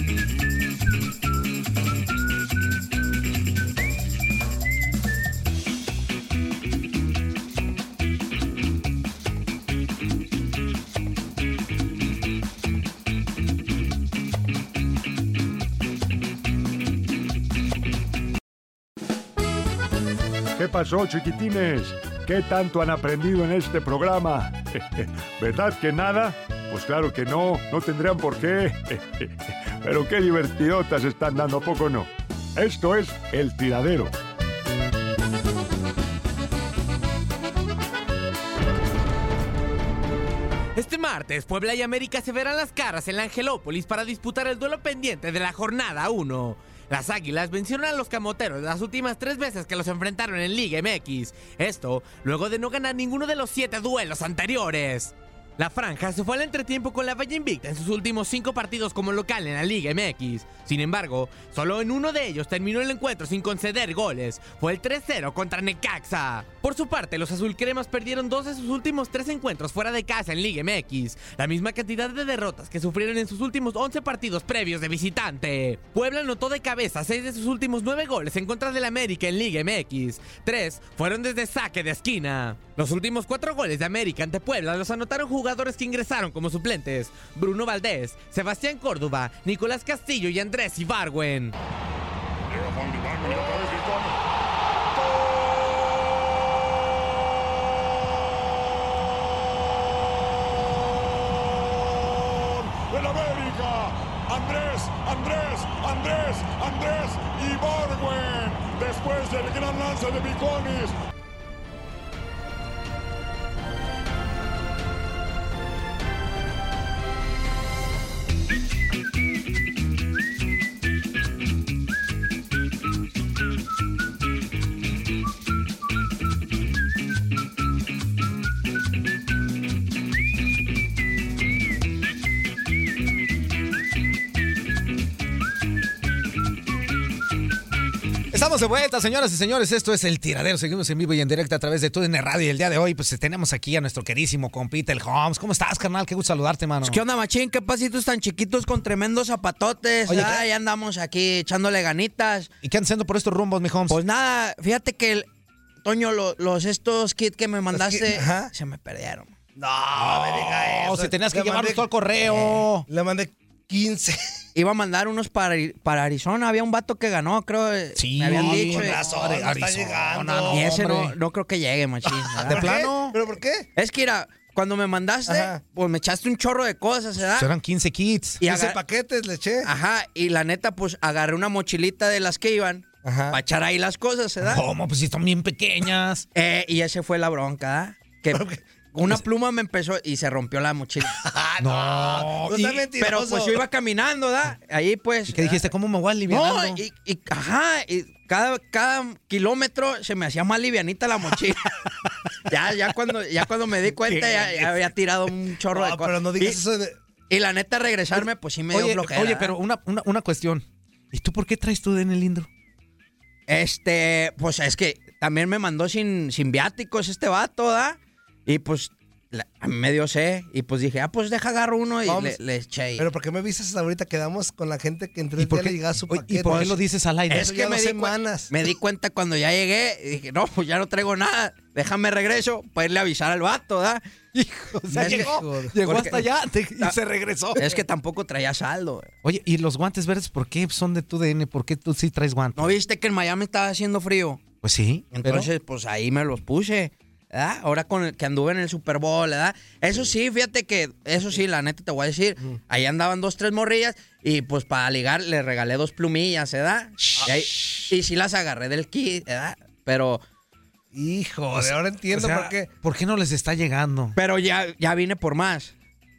S5: ¿Qué pasó, chiquitines? ¿Qué tanto han aprendido en este programa? ¿Verdad que nada? Pues claro que no, no tendrían por qué. Pero qué divertidotas están dando, ¿a poco no? Esto es El Tiradero.
S16: Este martes, Puebla y América se verán las caras en la Angelópolis para disputar el duelo pendiente de la jornada uno. Las Águilas vencieron a los Camoteros las últimas tres veces que los enfrentaron en Liga M X. Esto, luego de no ganar ninguno de los siete duelos anteriores. La franja se fue al entretiempo con la valla invicta en sus últimos cinco partidos como local en la Liga M X. Sin embargo, solo en uno de ellos terminó el encuentro sin conceder goles. Fue el tres cero contra Necaxa. Por su parte, los azulcremas perdieron dos de sus últimos tres encuentros fuera de casa en Liga M X, la misma cantidad de derrotas que sufrieron en sus últimos once partidos previos de visitante. Puebla anotó de cabeza seis de sus últimos nueve goles en contra del América en Liga M X. Tres fueron desde saque de esquina. Los últimos cuatro goles de América ante Puebla los anotaron jugadores que ingresaron como suplentes: Bruno Valdés, Sebastián Córdoba, Nicolás Castillo y Andrés Ibargüen.
S5: ¡El América! Andrés, Andrés, Andrés, Andrés Ibargüen. Después del gran lance de Viconis.
S8: Estamos de vuelta, señoras y señores. Esto es El Tiradero. Seguimos en vivo y en directo a través de T U D N Radio. Y el día de hoy, pues tenemos aquí a nuestro queridísimo compita, el Holmes. ¿Cómo estás, carnal? Qué gusto saludarte, mano.
S17: ¿Qué onda, machín? ¿Qué pasitos tan chiquitos con tremendos zapatotes?
S8: Oye,
S17: Ah,
S8: ¿qué?
S17: ya andamos aquí echándole ganitas.
S8: ¿Y qué andan haciendo por estos rumbos, mi Holmes?
S17: Pues nada, fíjate que, el, Toño, lo- los estos kits que me mandaste
S9: kits, ajá.
S17: se me perdieron.
S9: No, me diga eso.
S8: Oh, si tenías que
S9: Le
S8: llevarlos
S9: mandé-
S8: todo al correo.
S9: Le mandé quince.
S17: Iba a mandar unos para, para Arizona. Había un vato que ganó, creo. eh,
S8: Sí,
S17: me habían dicho.
S9: con
S17: eh,
S9: razón, no está
S8: Arizona,
S9: llegando.
S8: no,
S17: y ese no,
S8: hombre.
S17: no creo que llegue, machín. ¿verdad?
S8: ¿De plano?
S9: ¿Pero por qué?
S17: Es que, mira, cuando me mandaste,
S9: Ajá.
S17: pues me echaste un chorro de cosas, ¿verdad?
S8: Eran quince kits.
S17: Y
S9: quince
S17: agar-
S9: paquetes le eché.
S17: Ajá, y la neta, pues agarré una mochilita de las que iban
S9: Ajá.
S17: para echar ahí las cosas, ¿verdad?
S8: ¿Cómo? Pues si están bien pequeñas.
S17: Eh, y ese fue la bronca, ¿verdad? Que una pluma me empezó y se rompió la mochila.
S8: No.
S9: No
S8: ¿Y,
S9: seas mentiroso.
S17: Pero pues yo iba caminando, ¿verdad? Ahí pues.
S8: ¿y qué dijiste? ¿Cómo me voy
S17: No,
S8: aliviando?
S17: y, y- ajá, y cada, cada kilómetro se me hacía más livianita la mochila. ya, ya cuando, ya cuando me di cuenta ya, ya había tirado un chorro de
S9: No,
S17: cosas.
S9: pero no digas
S17: y,
S9: eso de...
S17: y la neta regresarme, pues sí me dio
S8: Oye,
S17: flojera.
S8: oye, pero una, una, una cuestión. ¿Y tú por qué traes tu D N Lindro?
S17: Este, pues es que también me mandó sin, sin viáticos este vato, ¿verdad? Y pues la- a mí me dio sed. Y pues dije, ah, pues deja agarro uno y
S9: Vamos.
S17: le, le eché.
S9: Pero ¿por qué me avisas ahorita? Quedamos con la gente que en tres
S8: ¿Y por
S9: días
S8: qué,
S9: le llegaba su
S8: oye,
S9: paquete.
S8: ¿y por qué lo dices al aire?
S17: Es
S9: Eso
S17: que
S9: ya
S17: me
S9: dos
S17: di, cu-
S9: semanas.
S17: me di cuenta cuando ya llegué y dije, no, pues ya no traigo nada. Déjame regreso para irle a avisar al vato, ¿verdad?
S8: Hijo, o sea,
S17: Es que-
S8: llegó, llegó
S17: porque-
S8: hasta allá te- y
S17: Ah,
S8: se regresó.
S17: Es que tampoco traía saldo. güey.
S8: Oye, ¿y los guantes verdes por qué son de tu D N? ¿Por qué tú sí traes guantes?
S17: ¿No viste que en Miami estaba haciendo frío?
S8: Pues sí, pero...
S17: Entonces, pues ahí me los puse. ¿Verdad? Ahora con el que anduve en el Super Bowl, ¿verdad? Eso sí, fíjate que, eso sí, la neta te voy a decir, ahí andaban dos, tres morrillas y pues para ligar le regalé dos plumillas, ¿verdad? Y, ahí- y sí las agarré del kit, ¿verdad? Pero,
S9: Hijo,
S8: O sea,
S9: de ahora entiendo
S8: o sea,
S9: por qué.
S8: ¿Por qué no les está llegando?
S17: pero ya, ya vine por más.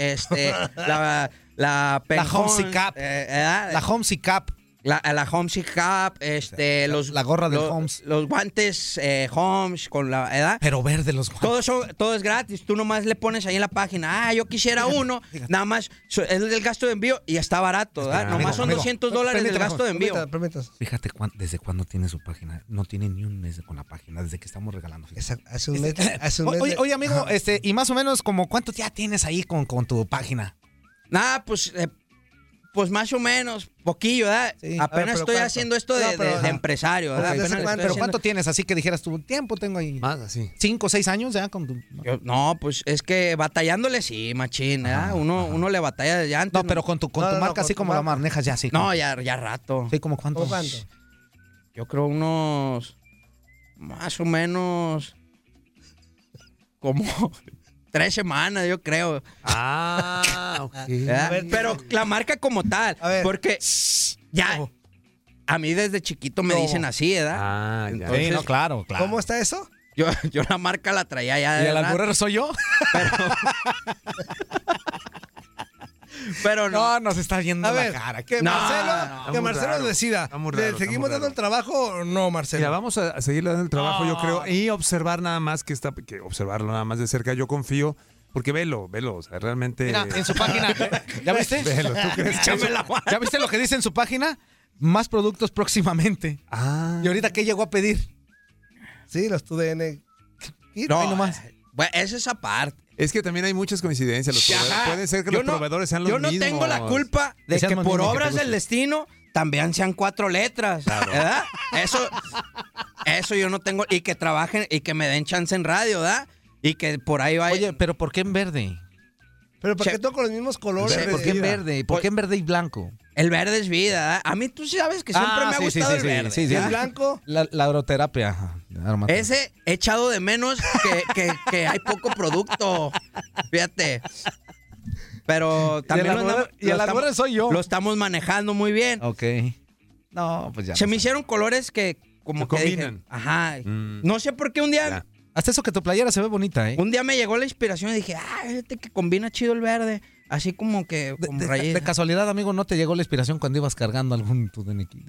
S17: este, la, la,
S8: La
S17: Penjón,
S8: Homesick Cap.
S17: eh, ¿verdad?
S8: La Homesick Cap.
S17: La, la Homesick Cap, este,
S8: La-
S17: los...
S8: la gorra del
S17: los-
S8: Homes.
S17: Los guantes eh, Homes con la edad.
S8: Pero verde los guantes.
S17: Todo eso, todo es gratis. Tú nomás le pones ahí en la página, ah, yo quisiera uno. Nada más, so- es el gasto de envío y está barato, ¿verdad?
S8: Amigo,
S17: Nomás son
S8: amigo,
S17: doscientos dólares del
S8: permítame,
S17: gasto de envío.
S9: Permítame, permítame.
S8: Fíjate cuán- desde cuándo tiene su página. No tiene ni un mes con la página, desde que estamos regalando. fíjate.
S9: Hace un mes. Hace un mes
S8: Oye,
S9: de-
S8: oye, amigo,
S9: Ajá.
S8: este, y más o menos como cuánto ya tienes ahí con, con tu página.
S17: Nada, pues, eh, pues más o menos, poquillo, ¿verdad?
S8: Sí.
S17: Apenas
S8: A ver, pero
S17: estoy
S8: ¿cuánto?
S17: haciendo esto de,
S8: No, pero,
S17: de- de
S8: ajá.
S17: empresario, ¿verdad?
S8: Ok,
S17: Apenas
S8: ¿Pero
S17: estoy
S8: cuánto,
S17: haciendo-
S8: tienes? Así que dijeras tu tiempo tengo ahí.
S14: Más así.
S8: ¿Cinco o seis años ya con tu...?
S17: Yo- no, pues es que batallándole sí, machín, ¿verdad? Uno, uno le batalla desde antes.
S8: No, pero con tu, con
S17: No,
S8: tu
S17: no, no,
S8: marca
S17: con
S8: así
S17: tu
S8: como la
S17: marca.
S8: manejas ya, sí.
S17: No, ya, ya rato.
S8: Sí, como cuánto.
S9: ¿Cómo cuánto?
S17: Yo creo unos... Más o menos... Como... Tres semanas, yo creo.
S14: Ah, ok.
S17: ¿Verdad? Pero la marca como tal. Porque ya... A mí desde chiquito me
S9: No.
S17: dicen así, ¿verdad?
S14: Ah, ya.
S17: Entonces,
S8: Sí, no, claro, claro.
S9: ¿Cómo está eso?
S17: Yo, yo la marca la traía ya de
S8: ¿Y el
S17: rato,
S8: alburero soy yo?
S17: pero no.
S8: No, nos está viendo
S9: A
S8: la
S9: ver,
S8: cara.
S9: que
S17: No,
S9: Marcelo,
S17: no,
S9: que
S14: muy
S9: Marcelo
S14: raro.
S9: decida.
S14: Está muy
S9: ¿Le
S14: raro, está
S9: seguimos
S14: muy
S9: dando
S14: raro.
S9: el trabajo o no, Marcelo?
S14: Mira, vamos a seguirle dando el trabajo, yo
S8: No.
S14: creo, y observar nada más que está, que observarlo nada más de cerca. Yo confío, porque velo, velo, o sea, realmente.
S8: Mira, en su página. ¿Ya viste?
S14: Velo, ¿tú crees que
S17: Échame
S14: eso-
S17: la mano.
S8: ¿Ya viste lo que dice en su página? Más productos próximamente.
S14: Ah.
S8: ¿Y ahorita qué llegó a pedir?
S9: Sí, los tu D N. Y
S17: No,
S9: ahí nomás.
S17: Bueno, esa es aparte.
S14: Es que también hay muchas coincidencias. Los proveedores-
S17: Ajá.
S14: puede ser que
S17: Yo
S14: los
S17: no-
S14: proveedores sean los
S17: Yo no
S14: mismos.
S17: tengo la culpa de
S8: Que sean
S17: que
S8: los
S17: por
S8: mismos que
S17: obras
S8: te
S17: del
S8: gusten.
S17: destino también sean cuatro letras, ¿verdad? Eso, eso yo no tengo. Y que trabajen y que me den chance en radio, ¿verdad? Y que por ahí vaya.
S8: Oye, pero ¿por qué en verde?
S9: Pero ¿por
S17: Che-
S9: qué todo con los mismos colores?
S14: Verde
S8: ¿Por
S14: es
S8: qué en
S14: vida.
S8: verde? ¿Y ¿Por qué en verde y blanco?
S17: El verde es vida, ¿verdad? A mí tú sabes que siempre
S8: Ah,
S17: me ha
S8: sí, sí,
S17: gustado
S8: sí,
S17: el
S8: sí,
S17: verde.
S8: sí, sí.
S9: ¿Y el
S17: ¿verdad?
S9: blanco?
S8: La, la agroterapia. ajá, aromaterapia.
S17: Ese echado de menos que, que, que hay poco producto. Fíjate. Pero también
S8: el
S17: lo,
S8: arbor-
S17: andamos-
S8: y el
S17: lo
S8: arbor
S17: estamos-
S8: soy yo.
S17: Lo estamos manejando muy bien.
S8: Ok. No, pues ya.
S17: Se
S8: no
S17: me
S8: sé.
S17: hicieron colores que como
S14: Que
S17: que dije,
S14: combinan.
S17: ajá.
S14: Mm.
S17: No sé por qué un día
S14: Ya.
S8: Hasta eso que tu playera se ve bonita, ¿eh?
S17: un día me llegó la inspiración y dije, ah, fíjate que combina chido el verde. Así como que
S8: De,
S17: como
S8: de-
S17: raíz.
S8: de casualidad, amigo, ¿no te llegó la inspiración cuando ibas cargando algún tu D N X?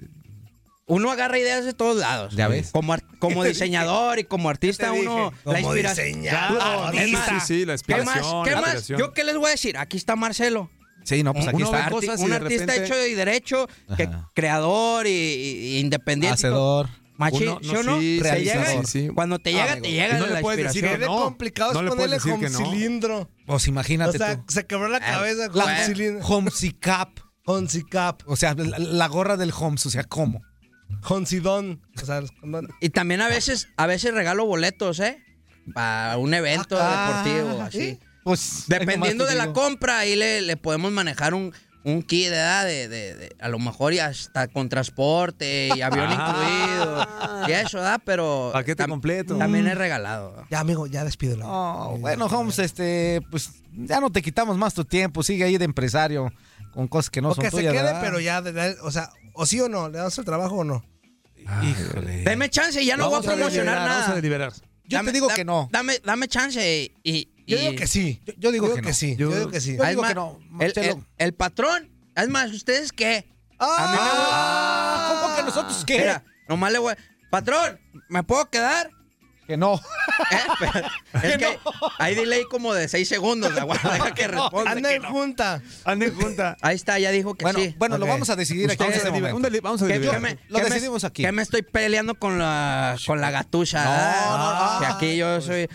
S17: Uno agarra ideas de todos lados.
S8: ¿Ya ves?
S17: Como, ar- como diseñador y como artista,
S9: ¿Qué te
S17: uno
S9: dije?
S17: la
S9: Como
S17: inspiración.
S9: diseñador.
S17: Ah, es
S14: Sí,
S17: más,
S14: sí, sí, la
S17: ¿Qué más?
S14: inspiración.
S17: ¿Qué
S14: la
S17: más?
S14: inspiración.
S17: ¿Yo qué les voy a decir? Aquí está Marcelo.
S8: Sí, no, pues aquí
S14: Uno ve
S8: está.
S17: Arti-
S14: cosas y
S17: un
S14: de
S17: artista
S14: repente-
S17: hecho y derecho, que
S8: Ajá.
S17: creador y, y- y independiente.
S8: Hacedor.
S17: Machín,
S14: Uno-
S17: ¿sí
S14: no,
S17: o no?
S14: sí,
S17: Te
S8: realizador.
S17: llega-
S14: sí, sí.
S17: Cuando te
S8: Ah,
S17: llega,
S8: amigo.
S17: te llega
S14: Y no
S17: la
S14: le puedes decir
S17: inspiración.
S14: que
S9: Qué
S14: no.
S9: complicado
S14: No
S9: es
S14: le
S9: ponerle
S14: puedes decir que
S9: home
S14: no.
S9: cilindro.
S8: Pues
S9: O
S8: imagínate
S9: sea,
S8: tú.
S9: se quebró la cabeza con
S8: La
S9: cilindro.
S8: Homesy Cap.
S9: Honsi Cap.
S8: O sea, la, la gorra del Homes, o sea, ¿cómo?
S9: Honsidón. O sea, los condones.
S17: Y también a veces, a veces regalo boletos, ¿eh? Para un evento
S8: Ah,
S17: deportivo,
S8: ¿sí?
S17: así.
S8: Pues
S17: Dependiendo
S8: ahí
S17: de
S8: nomás
S17: la
S8: te digo.
S17: compra, ahí le, le podemos manejar un, un kit ¿verdad? De, de, de- a lo mejor y hasta con transporte y avión incluido. Y eso, ¿verdad? Pero
S14: Paquete
S17: tam-
S14: completo.
S17: también es regalado. ¿verdad?
S9: Ya, amigo, ya despídelo.
S8: No, bueno, Holmes, este, pues ya no te quitamos más tu tiempo. Sigue ahí de empresario con cosas que no
S9: o
S8: son
S9: que se
S8: tuyas,
S9: quede,
S8: ¿verdad?
S9: pero ya, de- de- o sea, o sí o no, ¿le damos el trabajo o no?
S8: Híjole.
S17: Deme chance y ya no voy a
S14: Vamos a
S17: promocionar
S14: deliberar, Vamos a
S17: nada.
S14: deliberar.
S8: Yo
S17: Dame-
S8: te digo
S17: da-
S8: que no.
S17: Dame, dame chance y... y-
S9: Yo
S17: y-
S9: digo que sí.
S8: Yo, yo digo
S9: Yo
S8: que,
S9: digo que
S8: no.
S9: sí.
S14: Yo-
S9: Yo digo que sí.
S8: Yo digo
S17: Además,
S8: que no.
S17: El,
S8: Marcelo.
S17: el- el patrón, es más, ¿ustedes qué?
S8: Ah,
S17: a mí me gusta-
S8: ¿cómo que nosotros qué?
S17: Mira, nomás le voy... Patrón, ¿me puedo quedar?
S8: Que no.
S17: ¿Eh? Pero es que hay delay como de seis segundos. La guarda, deja que responda.
S9: Anda en junta.
S14: Anden junta.
S17: Ahí está, ya dijo que
S8: Bueno,
S17: sí.
S8: bueno, lo
S9: Ok.
S8: vamos a decidir aquí en
S14: Vamos a
S8: este
S14: deliberar.
S8: momento.
S14: Un deli- Vamos a
S17: ¿Qué-
S14: deliberar.
S17: qué me-
S8: Lo
S17: qué me-
S8: decidimos aquí.
S17: Que me estoy peleando con la, con la gatusa.
S8: No,
S17: ¿verdad?
S8: no, no.
S17: Que aquí yo soy...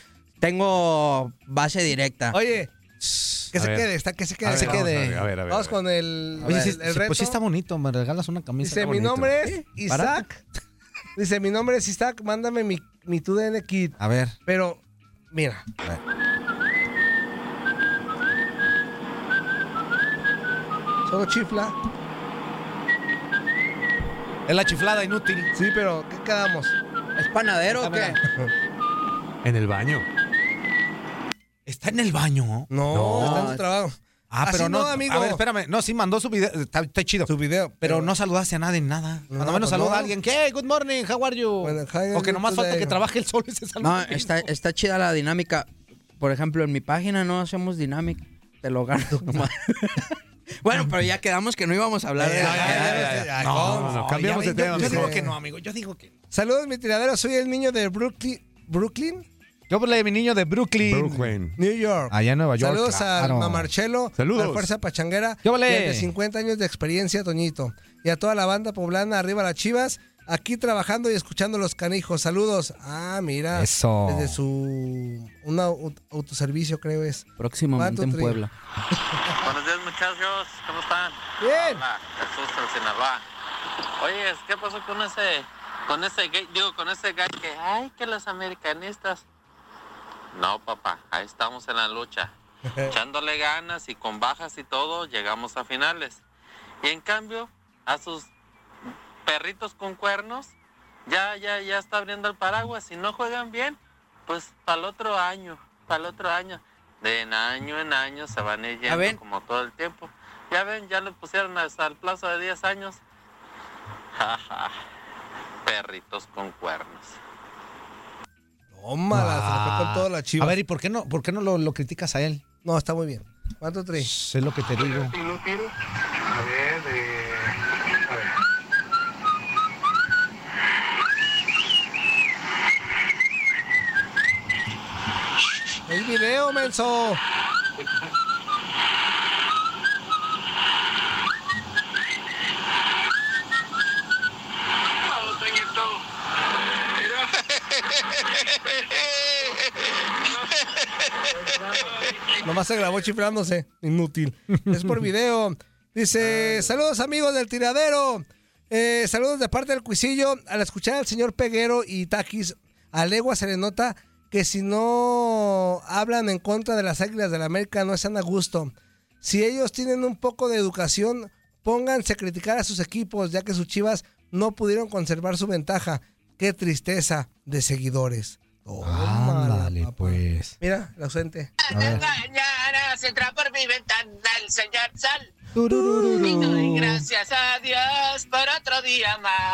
S17: Tengo base directa.
S9: Oye, que
S14: A
S9: se
S14: ver.
S9: quede, está que se quede.
S14: A ver,
S8: se
S14: vamos
S8: quede.
S14: a ver, a ver, a ver.
S9: Vamos con el,
S8: Oye,
S9: el-
S8: sí,
S9: el
S8: sí,
S9: reto.
S8: pues sí está bonito. Me regalas una camisa.
S9: Dice,
S8: está
S9: mi
S8: bonito.
S9: nombre es
S8: ¿Barato?
S9: Isaac. Dice, mi nombre es Isaac, mándame mi, mi tu D N kit.
S8: A ver.
S9: Pero, mira.
S8: A ver.
S9: Solo chifla.
S8: Es la chiflada inútil.
S9: Sí, pero ¿qué quedamos?
S17: ¿Es panadero o qué?
S14: En el baño.
S8: ¿Está en el baño?
S9: No,
S14: No.
S9: está en su trabajo.
S8: Ah,
S9: Así
S8: pero no,
S9: no, amigo.
S8: A ver, espérame. No, sí mandó su video. Está, está chido.
S9: Su video.
S8: Pero no saludaste a nadie en nada.
S9: No,
S8: Cuando menos
S9: pues
S8: saluda
S9: no.
S8: a alguien. ¿Qué? Good morning, how are you?
S9: Bueno, hi,
S8: o que nomás
S9: good
S8: falta
S9: day.
S8: que trabaje el sol y se
S17: No,
S8: saluda.
S17: está, está chida la dinámica. Por ejemplo, en mi página no hacemos dinámica. Te lo gano nomás. Bueno, pero ya quedamos que no íbamos a hablar de la...
S14: No, no, no, cambiamos de tema.
S8: Yo digo
S14: amigo.
S8: que no, amigo. Yo digo que no.
S9: Saludos, mi tiradero. Soy el niño de Brooklyn. ¿Brooklyn?
S8: Yo hablé de mi niño de Brooklyn.
S14: Brooklyn.
S9: New York.
S8: Allá en Nueva York.
S9: Saludos
S8: claro.
S9: a Mamarchelo,
S14: Saludos.
S9: a la Fuerza Pachanguera,
S8: ¿Qué
S9: y
S8: vale?
S9: al de cincuenta años de experiencia, Toñito. Y a toda la banda poblana, arriba las Chivas, aquí trabajando y escuchando los canijos. Saludos. Ah, mira.
S8: Eso.
S9: Desde su... un au- autoservicio, creo es.
S17: Próximamente en
S9: Cuatro,
S17: Puebla.
S18: Buenos días, muchachos. ¿Cómo están?
S9: Bien.
S18: Hola, Jesús del Sinaloa. Oye, ¿qué pasó con ese, con ese gay? Digo, con ese gay que, ay, que los americanistas. No, papá, ahí estamos en la lucha. Echándole ganas y con bajas y todo, llegamos a finales. Y en cambio, a sus perritos con cuernos, ya, ya, ya está abriendo el paraguas. Si no juegan bien, pues para el otro año, para el otro año. De en año en año se van a ir yendo como todo el tiempo. Ya ven, ya le pusieron hasta el plazo de diez años. Jaja, perritos con cuernos.
S9: Tómala, se le fue con toda la Chivas.
S8: A ver, ¿y por qué no, por qué no lo, lo criticas a él?
S9: No, está muy bien. ¿Cuánto tres?
S8: Sé lo que te digo.
S10: Inútil. A ver, de... A ver.
S9: El video, menso. Nomás se grabó chiflándose. Inútil. Es por video. Dice, saludos amigos del tiradero. Eh, saludos de parte del Cuisillo. Al escuchar al señor Peguero y Taquis, a legua se le nota que si no hablan en contra de las Águilas del América no están a gusto. Si ellos tienen un poco de educación, pónganse a criticar a sus equipos, ya que sus Chivas no pudieron conservar su ventaja. Qué tristeza de seguidores.
S8: Ándale, pues.
S9: Mira, el ausente.
S8: A ver.
S19: Mañana se entra por mi ventana el señor Sol.
S8: Turururu.
S19: Y doy gracias a Dios por otro día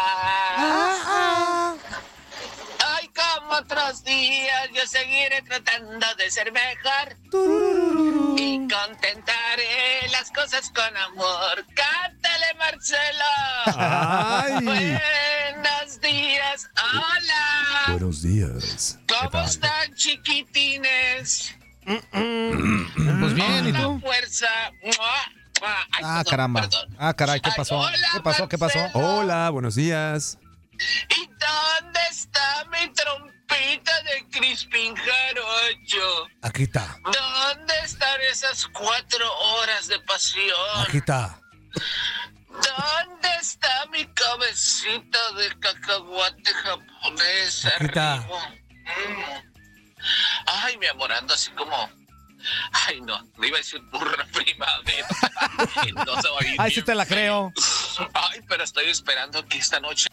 S19: más. Hoy como otros días yo seguiré tratando de ser mejor. Y contentaré las cosas con amor. ¡Cántale, Marcelo!
S14: ¡Ay!
S19: Buenos días. Hola.
S14: Buenos días.
S19: ¿Cómo están, chiquitines?
S8: Pues bien, ¿y
S19: Hola,
S8: tú?
S19: fuerza. ¡Mua! ¡Mua! Ay,
S8: Ah,
S19: perdón,
S8: caramba.
S19: perdón.
S8: Ah, caray, ¿qué
S19: Ay,
S8: pasó?
S19: hola,
S8: ¿Qué pasó? ¿Qué pasó?
S19: Marcelo.
S14: Hola, buenos días.
S19: ¿Y dónde está mi trompita de Crispin Jarocho?
S9: Aquí está.
S19: ¿Dónde están esas cuatro horas de pasión?
S9: Aquí está.
S19: ¿Dónde está mi cabecita de cacahuate japonés?
S9: Aquí está.
S19: arriba? Mm. Ay, mi amor, ando así como... Ay, no, le iba a decir burra primavera. Ay, no se va a ir
S8: Ay, sí
S19: bien.
S8: te la creo.
S19: Ay, pero estoy esperando que esta noche...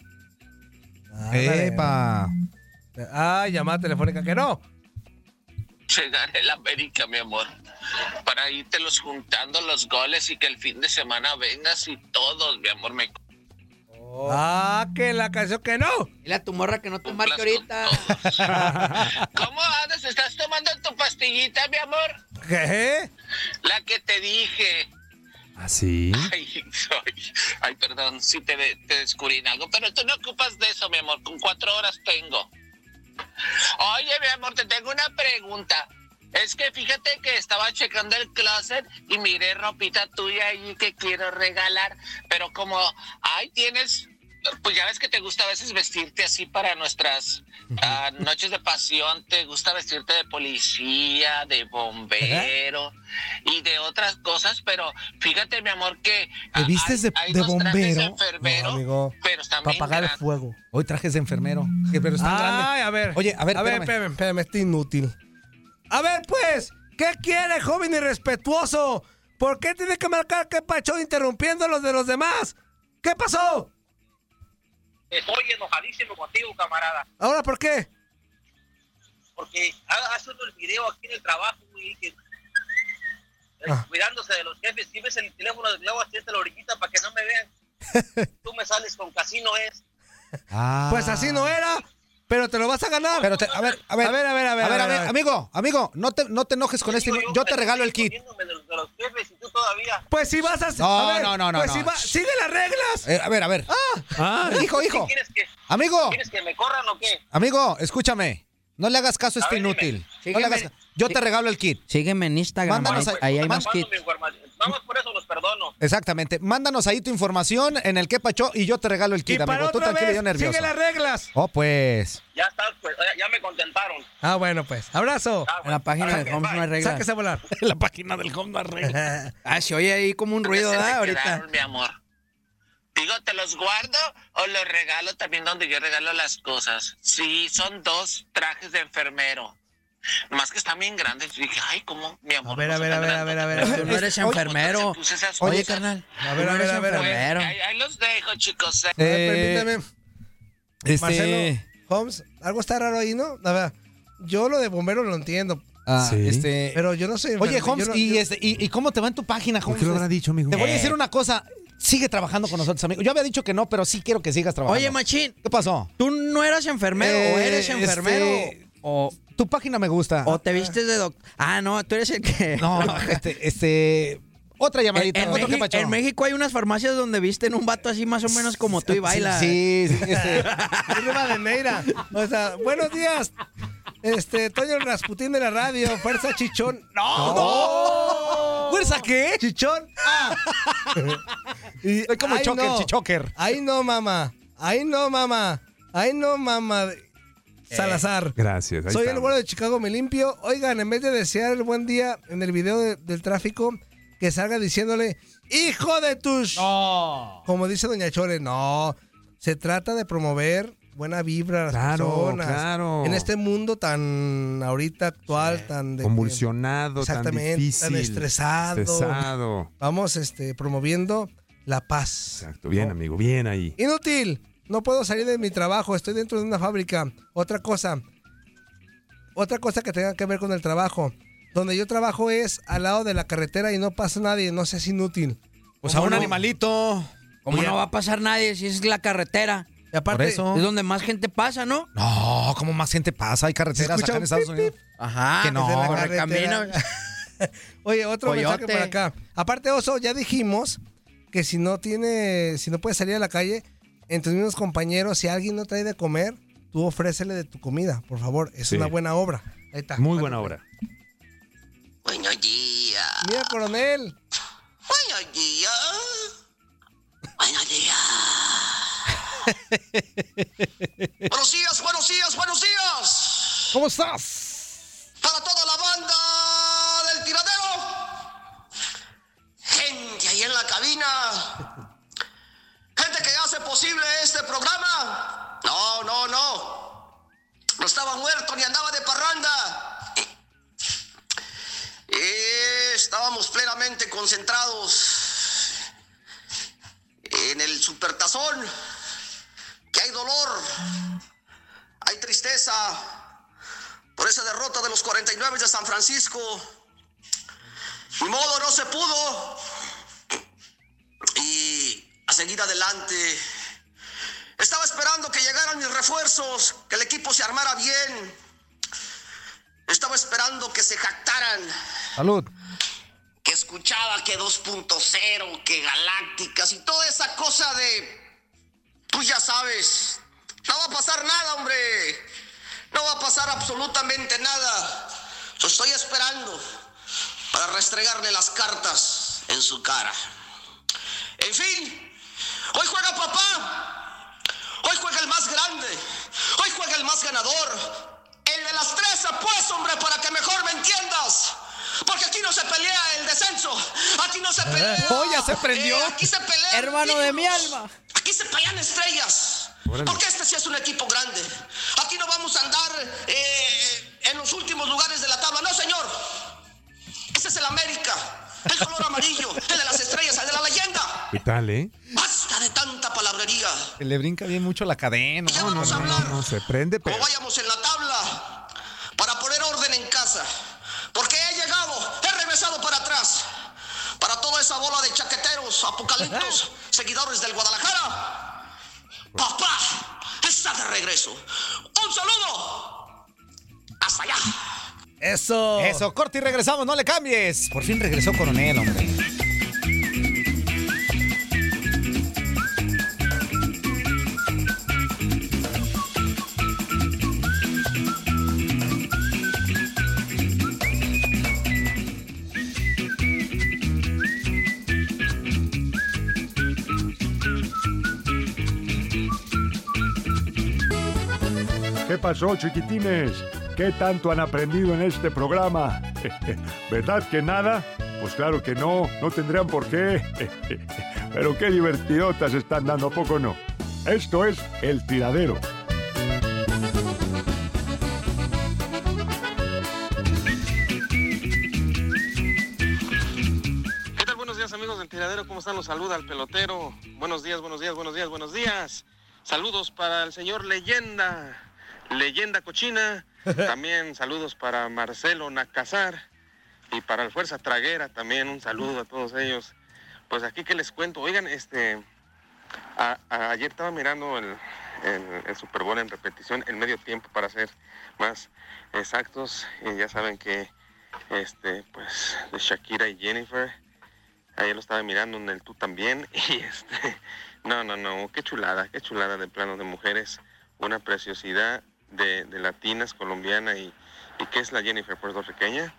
S8: Epa.
S9: Ah, llamada telefónica que no.
S19: Llegaré el América, mi amor, para irtelos juntando los goles y que el fin de semana vengas y todos, mi amor, me...
S9: Ah, que la canción que no.
S17: Dile a tu morra que no te marque ahorita.
S19: ¿Cómo andas? ¿Estás tomando tu pastillita, mi amor?
S9: ¿Qué?
S19: La que te dije.
S14: ¿Ah, sí?
S19: Ay, ay, ay, perdón, si te, te descubrí en algo, pero tú no ocupas de eso, mi amor, con cuatro horas tengo. Oye, mi amor, te tengo una pregunta. Es que fíjate que estaba checando el closet y miré ropita tuya ahí que quiero regalar, pero como, ay, tienes, pues ya ves que te gusta a veces vestirte así para nuestras uh, noches de pasión, te gusta vestirte de policía, de bombero y de otras cosas, pero fíjate, mi amor, que
S8: ¿Te vistes de,
S19: hay
S8: de
S19: dos trajes de
S8: bombero?
S19: enfermero,
S9: No, amigo.
S19: pero están
S9: Para
S19: bien
S9: apagar el
S19: grandes.
S9: fuego.
S8: Hoy trajes de enfermero. Sí, pero están grandes.
S9: Ay, a ver.
S8: Oye, a ver,
S9: a ver,
S8: espérame.
S9: espérame, espérame, está inútil. A ver, pues, ¿qué quiere, joven irrespetuoso? ¿Por qué tiene que marcar qué pacho interrumpiendo los de los demás? ¿Qué pasó?
S20: Estoy enojadísimo contigo, camarada.
S9: ¿Ahora por qué?
S20: Porque hace uno el video aquí en el trabajo, güey, que, eh,
S9: Ah.
S20: cuidándose de los jefes. Si ves el teléfono del Globo, así la orillita para que no me vean. Tú me sales con casino es.
S8: Ah.
S9: Pues así no era, pero te lo vas a ganar.
S8: Pero te- a ver, a ver,
S9: a ver, a ver, a ver,
S8: a ver,
S9: a ver.
S8: amigo, amigo, no te, no te enojes con este. Yo te regalo el kit.
S20: Poniéndome de los, de los jefes y tú todavía ya.
S9: Pues si vas a...
S8: No,
S9: a ver,
S8: no, no, no,
S9: Pues
S8: no.
S9: si va... ¡Sigue las reglas!
S8: Eh, a ver, a ver.
S9: ¡Ah!
S8: Hijo, hijo.
S20: ¿Quieres que,
S8: Amigo.
S20: ¿Quieres que me corran o qué?
S8: Amigo, escúchame. No le hagas caso a este inútil. No le hagas ca- Yo te regalo el kit.
S17: Sígueme en Instagram.
S8: Mándanos
S17: ahí,
S8: a-
S17: ahí hay más
S20: Mando
S17: kits.
S20: mi información. Vamos, por eso los perdono.
S8: Exactamente. Mándanos ahí tu información en el que pachó y yo te regalo el kit,
S9: Y para
S8: amigo. Tú
S9: otra
S8: tranquilo y
S9: vez,
S8: yo nervioso.
S9: sigue las reglas.
S8: Oh, pues.
S20: Ya está, pues, ya, ya me contentaron.
S9: Ah, bueno, pues. Abrazo.
S17: En la página de Homes no hay reglas.
S9: Sáquese a volar.
S8: En la página del Home no hay reglas.
S17: Ah, se oye ahí como un ruido,
S19: ¿Dónde se
S17: ¿verdad?
S19: te
S17: Ahorita.
S19: quedaron, mi amor? Digo, ¿te los guardo o los regalo también donde yo regalo las cosas? Sí, son dos trajes de enfermero. Más que están bien grandes. Y dije, ay, ¿cómo, mi amor?
S9: A ver, a ver, a ver, a ver, a ver.
S17: Tú no eres enfermero. Oye, carnal.
S9: A ver, a ver, a ver, a ver.
S17: Enfermero.
S19: Ahí, ahí los dejo, chicos.
S9: A ver,
S8: Eh,
S9: permíteme.
S8: Este.
S9: Marcelo, Holmes, algo está raro ahí, ¿no? A ver, yo lo de bombero lo entiendo.
S8: Ah,
S14: Sí.
S8: este.
S9: Pero yo no soy
S8: Oye,
S9: enfermero,
S8: Holmes,
S9: yo no-
S8: ¿y,
S9: yo-
S8: este, y, y cómo te va en tu página,
S14: ¿Por
S8: Holmes?
S14: qué lo habrá dicho, amigo?
S8: Te voy a
S17: Eh.
S8: decir una cosa. Sigue trabajando con nosotros, amigo. Yo había dicho que no, pero sí quiero que sigas trabajando.
S17: Oye, Machín.
S8: ¿Qué pasó?
S17: ¿Tú no eras enfermero o
S8: Eh,
S17: eres enfermero?
S8: este,
S17: O,
S8: Tu página me gusta.
S17: o te vistes de doctor. Ah, no, tú eres el que.
S8: No, este, este. Otra
S17: En,
S8: llamadita.
S17: en
S8: otro que
S17: México,
S8: pacho.
S17: en México hay unas farmacias donde visten un vato así más o menos como tú y baila.
S8: Sí, sí, este.
S9: Arriba de Neira. O sea, buenos días. Este, Toño Rasputín de la radio, Fuerza Chichón. ¡No!
S8: ¡No! ¿Fuerza qué?
S9: ¡Chichón! ¡Ah! Y,
S8: Soy como
S9: ay,
S8: choker,
S9: no.
S8: chichoker.
S9: Ay, no, mamá. Ay, no, mamá. Ay, no, mamá. Salazar.
S14: Gracias. ahí
S9: Soy el
S14: estamos.
S9: bueno de Chicago, me limpio. Oigan, en vez de desear el buen día en el video de- del tráfico, que salga diciéndole, hijo de tus...
S8: No.
S9: Como dice Doña Chore, no. Se trata de promover buena vibra a las
S14: Claro,
S9: personas.
S14: claro.
S9: En este mundo tan ahorita actual, tan... de-
S14: Convulsionado, tan
S9: Exactamente,
S14: difícil.
S9: tan estresado.
S14: Estresado.
S9: Vamos este, promoviendo la paz.
S14: Exacto. Bien, amigo. Bien ahí.
S9: Inútil. No puedo salir de mi trabajo. Estoy dentro de una fábrica. Otra cosa. Otra cosa que tenga que ver con el trabajo. Donde yo trabajo es al lado de la carretera y no pasa nadie. No seas inútil.
S8: Pues a un animalito.
S17: ¿Cómo
S9: Oye,
S17: no va a pasar nadie si es la carretera?
S9: Y aparte,
S8: Por eso.
S17: Es donde más gente pasa, ¿no?
S8: No, como más gente pasa. Hay carreteras
S9: Se escucha
S8: acá en
S9: un
S8: Estados
S9: pip,
S8: Unidos.
S17: Ajá.
S8: Que no.
S17: desde la
S9: Corre
S17: carretera.
S9: Oye, otro
S17: Coyote.
S9: mensaje por acá. Aparte, Oso, ya dijimos que si no tiene, si no puede salir a la calle, entre tus mismos compañeros, si alguien no trae de comer, tú ofrécele de tu comida, por favor. Es
S14: Sí.
S9: una buena obra. Ahí está.
S14: Muy buena obra.
S19: Buenos días.
S9: Mira, coronel.
S19: Buenos días. Buenos días. Buenos días, buenos días, buenos días.
S8: ¿Cómo estás?
S19: Para toda la banda del tiradero. Gente ahí en la cabina. Gente que hace posible este programa. No, no, no. No estaba muerto ni andaba de parranda. Eh, estábamos plenamente concentrados en el supertazón. Que hay dolor, hay tristeza por esa derrota de los cuarenta y nueve de San Francisco. Ni modo, no se pudo. Y a seguir adelante. Estaba esperando que llegaran mis refuerzos, que el equipo se armara bien. Estaba esperando que se jactaran,
S8: Salud.
S19: que escuchaba que dos punto cero, que galácticas y toda esa cosa de... Tú ya sabes, no va a pasar nada, hombre. No va a pasar absolutamente nada. Yo estoy esperando para restregarle las cartas en su cara. En fin, hoy juega papá. Hoy juega el más grande. Hoy juega el más ganador. El de las tres, pues, hombre, para que mejor me entiendas. Porque aquí no se pelea el descenso. Aquí no se pelea.
S8: Oh, ya se prendió.
S19: Eh, aquí se pelea.
S17: Hermano de mi alma.
S19: Aquí se pelean estrellas.
S14: Órale.
S19: Porque este sí es un equipo grande. Aquí no vamos a andar eh, en los últimos lugares de la tabla. No, señor. Ese es el América. El color amarillo. El de las estrellas. El de la leyenda.
S14: ¿Qué tal, eh?
S19: Basta de tanta palabrería.
S8: Que le brinca bien mucho la cadena.
S19: Ya
S14: No, no,
S19: vamos a
S14: no,
S19: hablar.
S14: no, no, se prende, pero...
S19: Como vayamos en la tabla. Para poner orden en casa. Porque he llegado. He regresado para atrás. Para toda esa bola de chaqueteros, apocaliptos, seguidores del Guadalajara. Papá está de regreso. Un saludo. Hasta allá.
S9: Eso.
S8: Eso, corte y regresamos, no le cambies. Por fin regresó Coronel, hombre.
S5: ¿Qué pasó, chiquitines? ¿Qué tanto han aprendido en este programa? ¿Verdad que nada? Pues claro que no, no tendrían por qué. Pero qué divertidotas están dando, ¿a poco no? Esto es El Tiradero.
S21: ¿Qué tal? Buenos días, amigos del Tiradero. ¿Cómo están? Los saluda el pelotero. Buenos días, buenos días, buenos días, buenos días. Saludos para el señor Leyenda, Leyenda Cochina. También saludos para Marcelo Nacazar y para el Fuerza Traguera. También un saludo a todos ellos. Pues aquí que les cuento. Oigan, este, a, a, ayer estaba mirando el, el, el Super Bowl en repetición, el medio tiempo para ser más exactos. Y ya saben que, este, pues, de Shakira y Jennifer. Ayer lo estaba mirando en el Tú también. Y este, no, no, no, qué chulada, qué chulada de plano de mujeres. Una preciosidad de, de latinas, colombiana y, y ¿qué es la Jennifer? Puertorriqueña.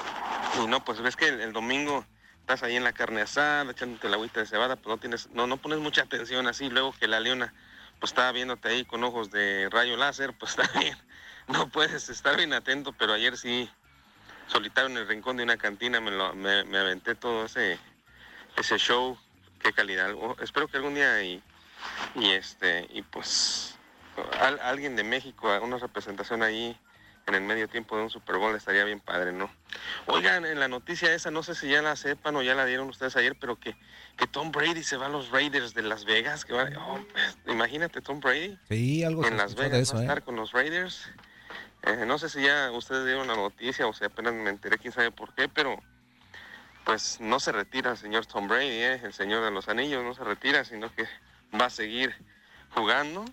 S21: Y no, pues ves que el, el domingo estás ahí en la carne asada, echándote la agüita de cebada, pues no tienes, no, no pones mucha atención así. Luego que la leona, pues estaba viéndote ahí con ojos de rayo láser, pues está bien. No puedes estar bien atento, pero ayer sí, solitario en el rincón de una cantina, me, lo, me, me aventé todo ese... ese show, qué calidad. Oh, espero que algún día y, y este y pues al, alguien de México, una representación ahí en el medio tiempo de un Super Bowl estaría bien padre, ¿no? Oigan, en la noticia esa, no sé si ya la sepan o ya la dieron ustedes ayer, pero que, que Tom Brady se va a los Raiders de Las Vegas, que va, oh, pues, imagínate Tom Brady
S8: sí, algo
S21: en Las Vegas de eso, va a estar eh. con los Raiders. Eh, no sé si ya ustedes dieron la noticia o si apenas me enteré, quién sabe por qué, pero pues no se retira el señor Tom Brady, ¿eh? El señor de los anillos no se retira, sino que va a seguir jugando.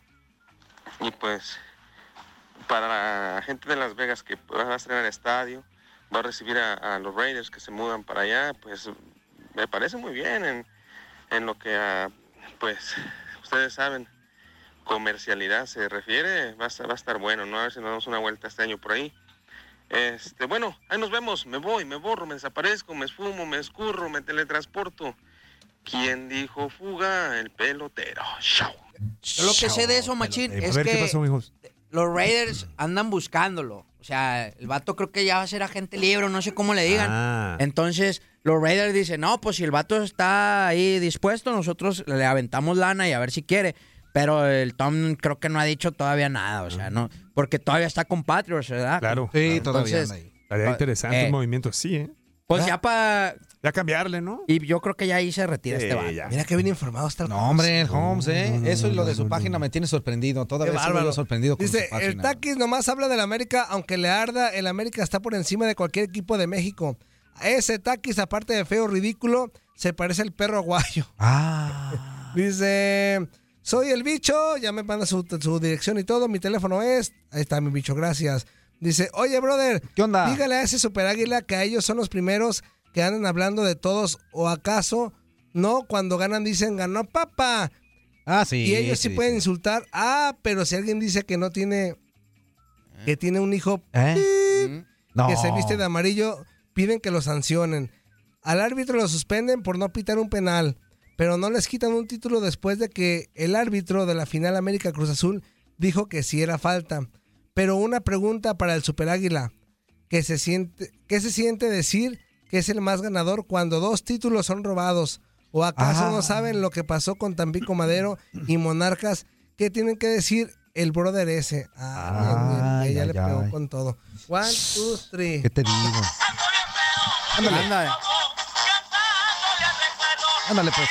S21: Y pues para la gente de Las Vegas que va a estrenar el estadio, va a recibir a, a los Raiders que se mudan para allá, pues me parece muy bien en, en lo que a, pues ustedes saben, comercialidad se refiere, va a, va a estar bueno, ¿no? A ver si nos damos una vuelta este año por ahí. Este, bueno, ahí nos vemos, me voy, me borro, me desaparezco, me esfumo, me escurro, me teletransporto. ¿Quién dijo fuga? El pelotero. Chao.
S17: Yo lo que sé de eso, machín, es
S14: ver,
S17: que
S14: ¿qué pasó, mijos?
S17: Los Raiders andan buscándolo. O sea, el vato creo que ya va a ser agente libre, no sé cómo le digan.
S14: Ah.
S17: Entonces, los Raiders dicen, no, pues si el vato está ahí dispuesto, nosotros le aventamos lana y a ver si quiere. Pero el Tom creo que no ha dicho todavía nada, o sea, no, porque todavía está con Patriots, ¿verdad?
S14: Claro.
S8: Sí, todavía
S17: Entonces,
S8: anda ahí.
S14: Estaría interesante
S17: eh,
S14: un movimiento así, ¿eh?
S17: Pues ya para...
S14: Ya cambiarle, ¿no?
S17: Y yo creo que ya ahí se retira
S14: Sí,
S17: este vato.
S14: ya.
S9: Mira qué bien informado está el
S8: No, hombre, el Holmes, ¿eh? Eso y lo de su página me tiene sorprendido. Todavía
S9: Qué
S8: sigo
S9: bárbaro.
S8: yo sorprendido con
S9: Dice,
S8: su página.
S9: el Taquis nomás habla del América, aunque le arda, el América está por encima de cualquier equipo de México. Ese Taquis, aparte de feo, ridículo, se parece al perro aguayo.
S8: Ah.
S9: Dice, soy el bicho, ya me manda su, su dirección y todo, mi teléfono es, ahí está mi bicho, gracias. Dice, oye, brother,
S8: ¿qué onda?
S9: Dígale a ese super águila que a ellos son los primeros que andan hablando de todos, o acaso, no, cuando ganan dicen, ganó papá.
S8: Ah, sí.
S9: Y ellos sí,
S8: sí
S9: pueden
S8: sí.
S9: insultar. Ah, pero si alguien dice que no tiene, que tiene un hijo
S8: ¿Eh? No.
S9: que se viste de amarillo, piden que lo sancionen. Al árbitro lo suspenden por no pitar un penal, pero no les quitan un título después de que el árbitro de la final América Cruz Azul dijo que sí era falta. Pero una pregunta para el Super Águila, ¿qué se siente, qué se siente decir que es el más ganador cuando dos títulos son robados? ¿O acaso
S8: Ah.
S9: no saben lo que pasó con Tampico Madero y Monarcas? ¿Qué tienen que decir el brother ese? Ah,
S8: Ay,
S9: ella
S8: ay,
S9: le pegó
S8: ay.
S9: con todo. One, two, three.
S8: ¿Qué te digo? Ándale.
S17: Ándale.
S8: Ándale, pues.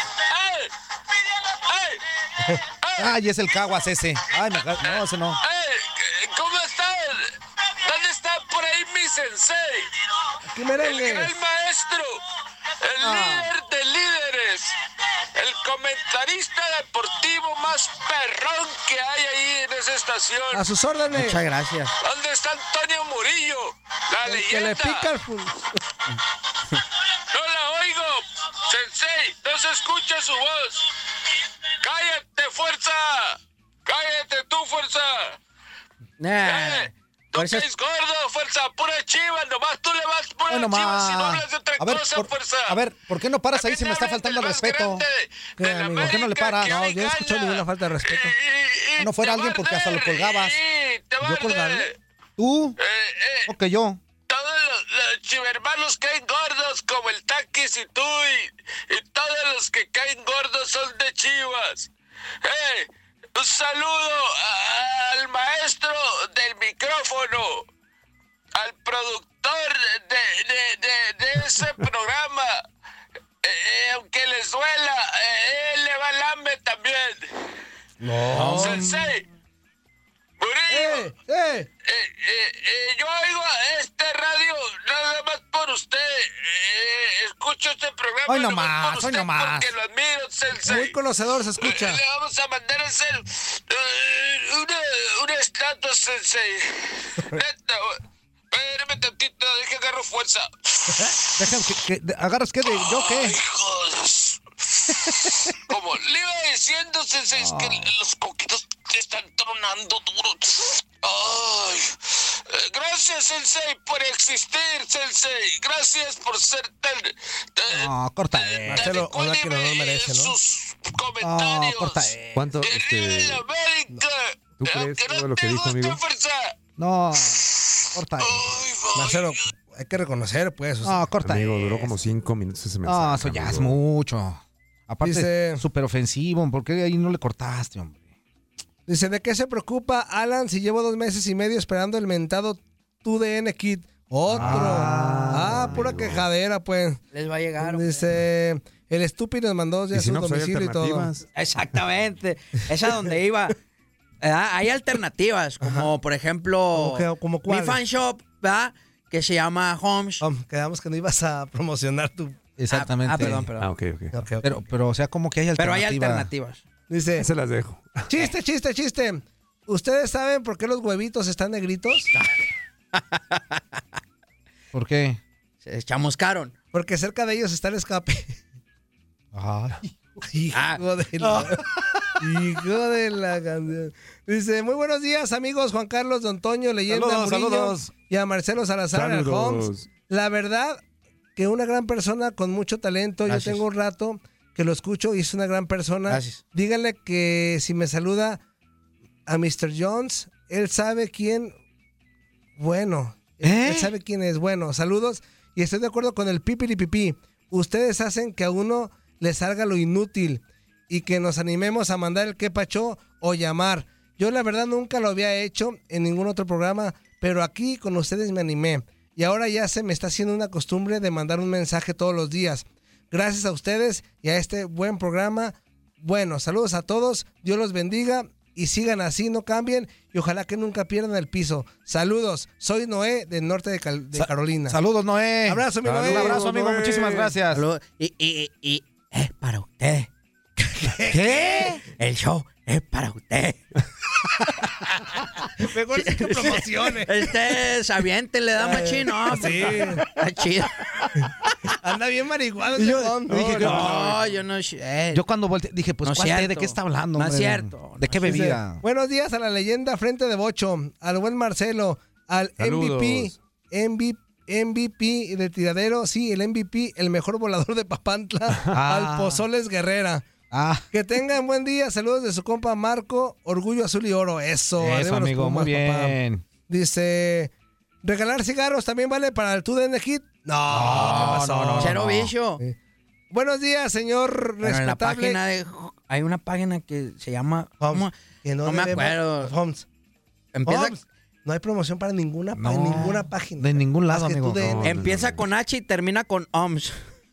S8: Ay, es el Caguas ese. Ay, me... no, ese no.
S19: ¡Ey! ¿Cómo están? ¿Dónde está por ahí mi sensei?
S9: Aquí
S19: El
S9: merengues.
S19: gran maestro, el
S9: Ah.
S19: líder de líderes, el comentarista deportivo más perrón que hay ahí en esa estación.
S9: A sus órdenes.
S17: Muchas gracias.
S19: ¿Dónde está Antonio Murillo? La
S9: El que
S19: leyenda.
S9: le pica el fun-
S19: No la oigo. Sensei, no se escucha su voz. ¡Cállate, fuerza! ¡Cállate tú, fuerza!
S17: Nah.
S19: ¡Eh! ¡Tú
S17: Fuerza-
S19: caes gordo, fuerza! ¡Pura chiva! ¡Nomás tú le vas pura
S8: Bueno,
S19: chiva si no
S8: ma.
S19: hablas de otra
S8: A ver,
S19: cosa,
S8: por,
S19: fuerza!
S8: a ver, ¿por qué no paras ahí si me está
S19: También
S8: faltando el
S19: hablas
S8: respeto?
S19: del más
S9: ¿Qué,
S19: grande de
S9: amigo?
S19: la
S8: ¿Por qué no le
S19: América
S8: para?
S19: que
S9: No,
S19: hoy
S9: yo no he escuchado
S19: gana.
S9: ninguna falta de respeto.
S19: Y- y
S8: Ah, no fuera
S19: te
S8: alguien
S19: va a
S8: porque hasta lo
S19: arder,
S8: colgabas.
S19: y te vale.
S8: ¿Tú?
S19: Eh, eh,
S8: ¿O que yo?
S19: Todos los, los chivermanos caen gordos como el Taquis y tú y, y todos los que caen gordos son de Chivas. ¡Eh! Un saludo a- al maestro del micrófono, al productor de, de, de, de ese programa. Eh, aunque les duela, eh, él le va al hambre también.
S9: No.
S19: Sensei, Murillo,
S9: ¡Eh! ¡Eh!
S19: eh, eh, eh, yo oigo a este radio nada más por usted. Eh, escucho este programa.
S8: Hoy
S19: nomás
S8: nomás,
S19: por
S8: hoy
S19: usted
S8: nomás.
S19: Porque lo admiro, Sensei.
S9: Muy conocedor se escucha.
S19: Le vamos a mandar a hacer eh, una, una estatua, Sensei. Neta, espérame tantito, deje agarro fuerza.
S8: Deja que, que ¿agarras qué de yo qué?
S19: Ay, joder. Como le iba diciendo, Sensei, es que los coquitos te están tronando duro. Ay, eh, gracias, Sensei, por existir, Sensei. Gracias por ser tan... tan-
S8: No, corta
S19: tan
S9: Marcelo, hola que no lo
S19: icónimo
S9: merece,
S19: en
S9: ¿no?
S19: sus
S8: No,
S19: comentarios.
S8: corta.
S14: ¿Cuánto?
S19: ¡Que viva
S14: Este,
S19: la América!
S14: ¿Tú crees
S19: Aunque
S14: todo
S19: no
S14: lo que
S19: te
S14: dijo,
S19: guste,
S14: amigo?
S19: fuerza.
S8: No, corta.
S9: Marcelo, hay que reconocer, pues. o sea,
S8: No, corta.
S14: amigo, duró como cinco minutos ese mensaje.
S8: No, eso ya es
S14: amigo.
S8: mucho. Aparte,
S9: Dice-
S8: súper ofensivo. ¿Por qué ahí no le cortaste, hombre?
S9: Dice, ¿de qué se preocupa Alan si llevo dos meses y medio esperando el mentado tu D N Kit? Otro. Ah,
S8: Ah,
S9: pura quejadera, pues.
S17: Les va a llegar. hombre.
S9: Dice, el estúpido nos mandó ya
S14: Y si
S9: su
S14: no, pues hay
S9: domicilio y todo.
S14: alternativas.
S17: Exactamente. Es a donde iba. ¿Verdad? Hay alternativas, como por ejemplo,
S9: ¿Cómo que- como cuál?
S17: mi fan shop, ¿verdad? Que se llama Homes.
S9: Oh, quedamos que no ibas a promocionar tu...
S8: Exactamente.
S17: Ah, ah, perdón, perdón.
S14: Ah, ok, ok.
S9: Ok, ok.
S8: Pero, pero, o sea, como que hay
S17: Pero hay
S8: alternativa.
S17: alternativas.
S9: Dice,
S14: Se las dejo.
S9: chiste, chiste, chiste. ¿Ustedes saben por qué los huevitos están negritos?
S8: ¿Por qué?
S17: Se chamuscaron.
S9: Porque cerca de ellos está el escape.
S8: Ay.
S9: Hijo
S17: Ah.
S9: de la... Hijo de la canción. Dice, muy buenos días, amigos. Juan Carlos, Don Toño, Leyenda,
S8: Saludos,
S9: Murillo
S8: saludos.
S9: y a Marcelo Salazar, al Holmes.
S14: Saludos.
S9: La verdad que una gran persona con mucho talento.
S17: Gracias.
S9: Yo tengo un rato que lo escucho y es una gran persona.
S17: Gracias.
S9: Díganle que si me saluda a mister Jones, él sabe quién... Bueno, él-
S8: ¿Eh?
S9: él sabe quién es. Bueno, saludos. Y estoy de acuerdo con el pipiripipí. Ustedes hacen que a uno le salga lo inútil y que nos animemos a mandar el que pachó o llamar. Yo la verdad nunca lo había hecho en ningún otro programa, pero aquí con ustedes me animé. Y ahora ya se me está haciendo una costumbre de mandar un mensaje todos los días. Gracias a ustedes y a este buen programa. Bueno, saludos a todos. Dios los bendiga y sigan así, no cambien y ojalá que nunca pierdan el piso. Saludos. Soy Noé del norte de, Cal- de
S8: Sa-
S9: Carolina.
S8: Saludos, Noé.
S9: Abrazo, mi Noé.
S8: Un abrazo, amigo.
S14: Noé.
S8: Muchísimas gracias.
S17: Salud. Y, y, y, es para usted.
S8: ¿Qué?
S17: El show es para usted.
S9: Mejor sí que promociones.
S17: Este se aviente, le da machín, no,
S9: Sí.
S17: está chido.
S9: Anda bien marihuana.
S8: Y yo-
S9: ese con.
S8: dije,
S17: No, yo no sé.
S8: Yo cuando volteé, dije, pues,
S17: No es
S8: ¿cuál té? ¿de
S17: cierto.
S8: qué está hablando,
S17: No es
S8: hombre?
S17: cierto.
S8: ¿De qué
S9: Dice,
S8: bebida?
S9: buenos días a la leyenda Frente de Bocho, al buen Marcelo, al
S14: Saludos.
S9: M V P, M V P, M V P del tiradero, sí, el M V P, el mejor volador de Papantla,
S8: Ah.
S9: al Pozoles Guerrera.
S8: Ah,
S9: Que tengan buen día, saludos de su compa Marco, Orgullo Azul y Oro, eso. arriba
S8: eso,
S9: los
S8: amigo.
S9: Pumas,
S8: Muy
S9: papá.
S8: bien.
S9: Dice, ¿regalar cigarros también vale para el tu D N Hit? No, ¿qué pasó?
S8: no, no,
S17: Chero
S8: no.
S17: bicho.
S9: Sí. Buenos días, señor
S17: Pero en la
S9: respetable.
S17: página de. Hay una página que se llama.
S9: Homes,
S17: ¿cómo?
S9: que
S17: No me
S9: debemos-
S17: acuerdo.
S9: Homes.
S17: Empieza,
S9: Homes, no hay promoción para ninguna, pa-
S8: No,
S9: ninguna página.
S8: de ningún lado,
S9: Más que
S8: amigo.
S9: tu D N.
S14: No.
S17: empieza con H y termina con O M S.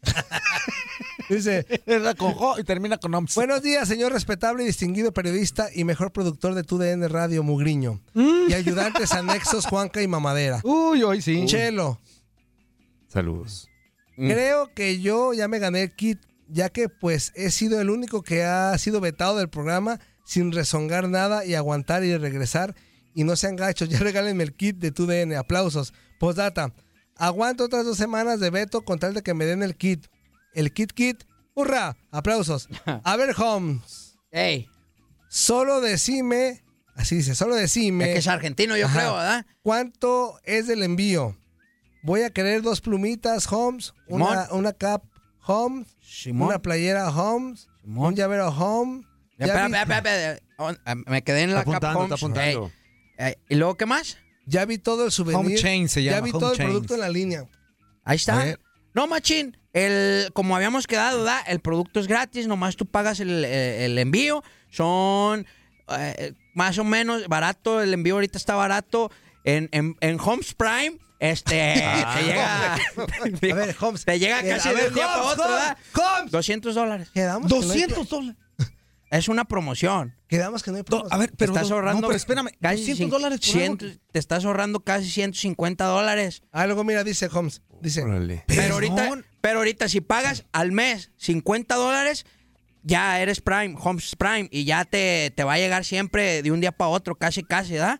S9: Dice,
S8: La cojo y termina con Oms.
S9: buenos días, señor respetable y distinguido periodista y mejor productor de tu D N Radio, Mugriño.
S8: Mm.
S9: Y ayudantes anexos, Juanca y Mamadera.
S8: Uy, hoy sí.
S9: Chelo,
S14: Saludos.
S17: Mm.
S9: creo que yo ya me gané el kit, ya que pues he sido el único que ha sido vetado del programa sin rezongar nada y aguantar y regresar. Y no sean gachos, ya regálenme el kit de tu D N. Aplausos. Postdata, aguanto otras dos semanas de veto con tal de que me den el kit. El kit kit. ¡Hurra! Aplausos. A ver, Holmes.
S17: Ey,
S9: Solo decime, así dice, solo decime.
S17: es que es argentino, yo
S9: Ajá.
S17: creo, ¿verdad?
S9: ¿Cuánto es del envío? Voy a querer dos plumitas, Holmes, una, una cap, Holmes,
S17: Simón.
S9: una playera, Holmes,
S17: Simón.
S9: un llavero, Holmes.
S17: Ya,
S9: Ya
S17: espera,
S9: vi-
S17: espera, espera, espera. Oh, ah, me quedé en la
S14: Está apuntando,
S17: Cap
S14: está
S17: Homes.
S14: apuntando.
S17: Ey, Eh, ¿Y luego qué más?
S9: Ya vi todo el souvenir.
S8: Home Chain se llama.
S9: Ya vi
S8: Home
S9: todo el
S8: Chains.
S9: producto en la línea.
S17: Ahí está. No, machín, el, como habíamos quedado, ¿verdad? El producto es gratis, nomás tú pagas el, el, el envío. Son eh, más o menos barato, el envío ahorita está barato. En, en, en Homes Prime, este,
S9: Ah.
S17: te llega...
S9: A ver, Homes.
S17: Te llega casi
S9: a
S17: de
S9: ver,
S17: un día para
S9: Homes,
S17: otro, ¿verdad?
S9: Homes.
S17: doscientos dólares.
S9: Quedamos que no hay
S8: doscientos
S9: pro-
S8: dólares.
S17: Es una promoción.
S9: Quedamos que no hay promoción.
S8: A ver, pero
S17: te estás
S8: no,
S17: ahorrando.
S8: no, pero espérame,
S17: casi
S8: doscientos
S17: cin-
S8: dólares por
S17: cien-
S8: algo
S17: Te estás ahorrando casi ciento cincuenta dólares.
S9: Ah, luego mira, dice Holmes. Dice.
S17: Pero ahorita, pero ahorita si pagas al mes cincuenta dólares, ya eres Prime, Homes Prime, y ya te, te va a llegar siempre de un día para otro, casi, casi, ¿verdad?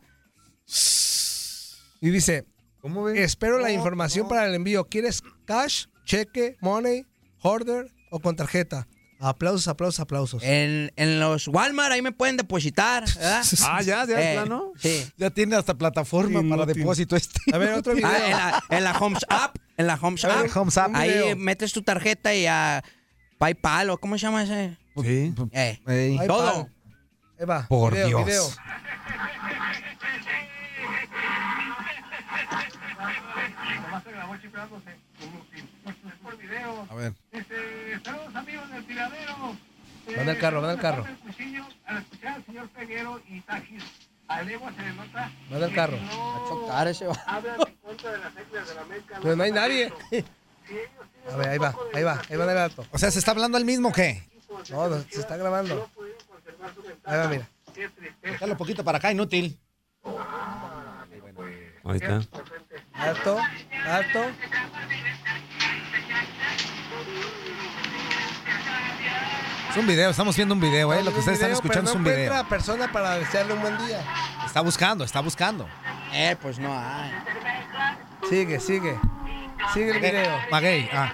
S9: Y dice,
S8: ¿cómo ves?
S9: espero la información para el envío. ¿Quieres cash, cheque, money, order o con tarjeta? Aplausos, aplausos, aplausos.
S17: En, en los Walmart ahí me pueden depositar, ¿verdad?
S14: Ah, ya, ya,
S17: Eh,
S14: plano.
S17: Sí.
S8: Ya tiene hasta plataforma para
S9: Inútil.
S8: depósito este.
S9: A ver, otro video.
S17: Ah, en, la, en la Homes App, en la Homes
S8: A ver,
S17: App,
S8: Homes App.
S17: ahí
S9: Video.
S17: metes tu tarjeta y a PayPal o ¿cómo se llama ese?
S14: Sí.
S17: Eh,
S8: Ey.
S9: Ay,
S17: todo.
S9: Ahí va.
S8: Por
S9: video,
S8: Dios.
S9: video.
S8: A ver.
S9: Van al carro, van al carro. Van al carro.
S17: A chocar ese va.
S9: Pues no hay nadie. A ver, ahí va, ahí va, ahí va en el alto.
S8: O sea, ¿se está hablando al mismo o qué?
S9: No, no, se está grabando. Ahí va, mira.
S8: Déjalo poquito para acá, inútil.
S14: Ahí está.
S9: Alto, alto.
S8: Es un video, estamos viendo un video, ¿eh? Lo que
S9: Un
S8: ustedes están
S9: video,
S8: escuchando
S9: pero
S8: es
S9: no
S8: un video.
S9: encuentra persona para desearle un buen día.
S8: Está buscando, está buscando.
S17: Eh, pues no hay.
S9: Sigue, sigue. Sigue el video.
S8: Maguey, ah.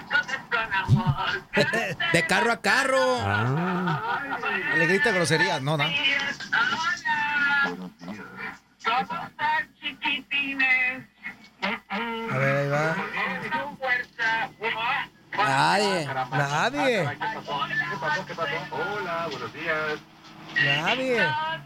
S17: De carro a carro.
S14: Ah.
S8: Le grita groserías, no, no.
S9: A ver, ahí va.
S17: Nadie.
S9: Nadie. Nadie.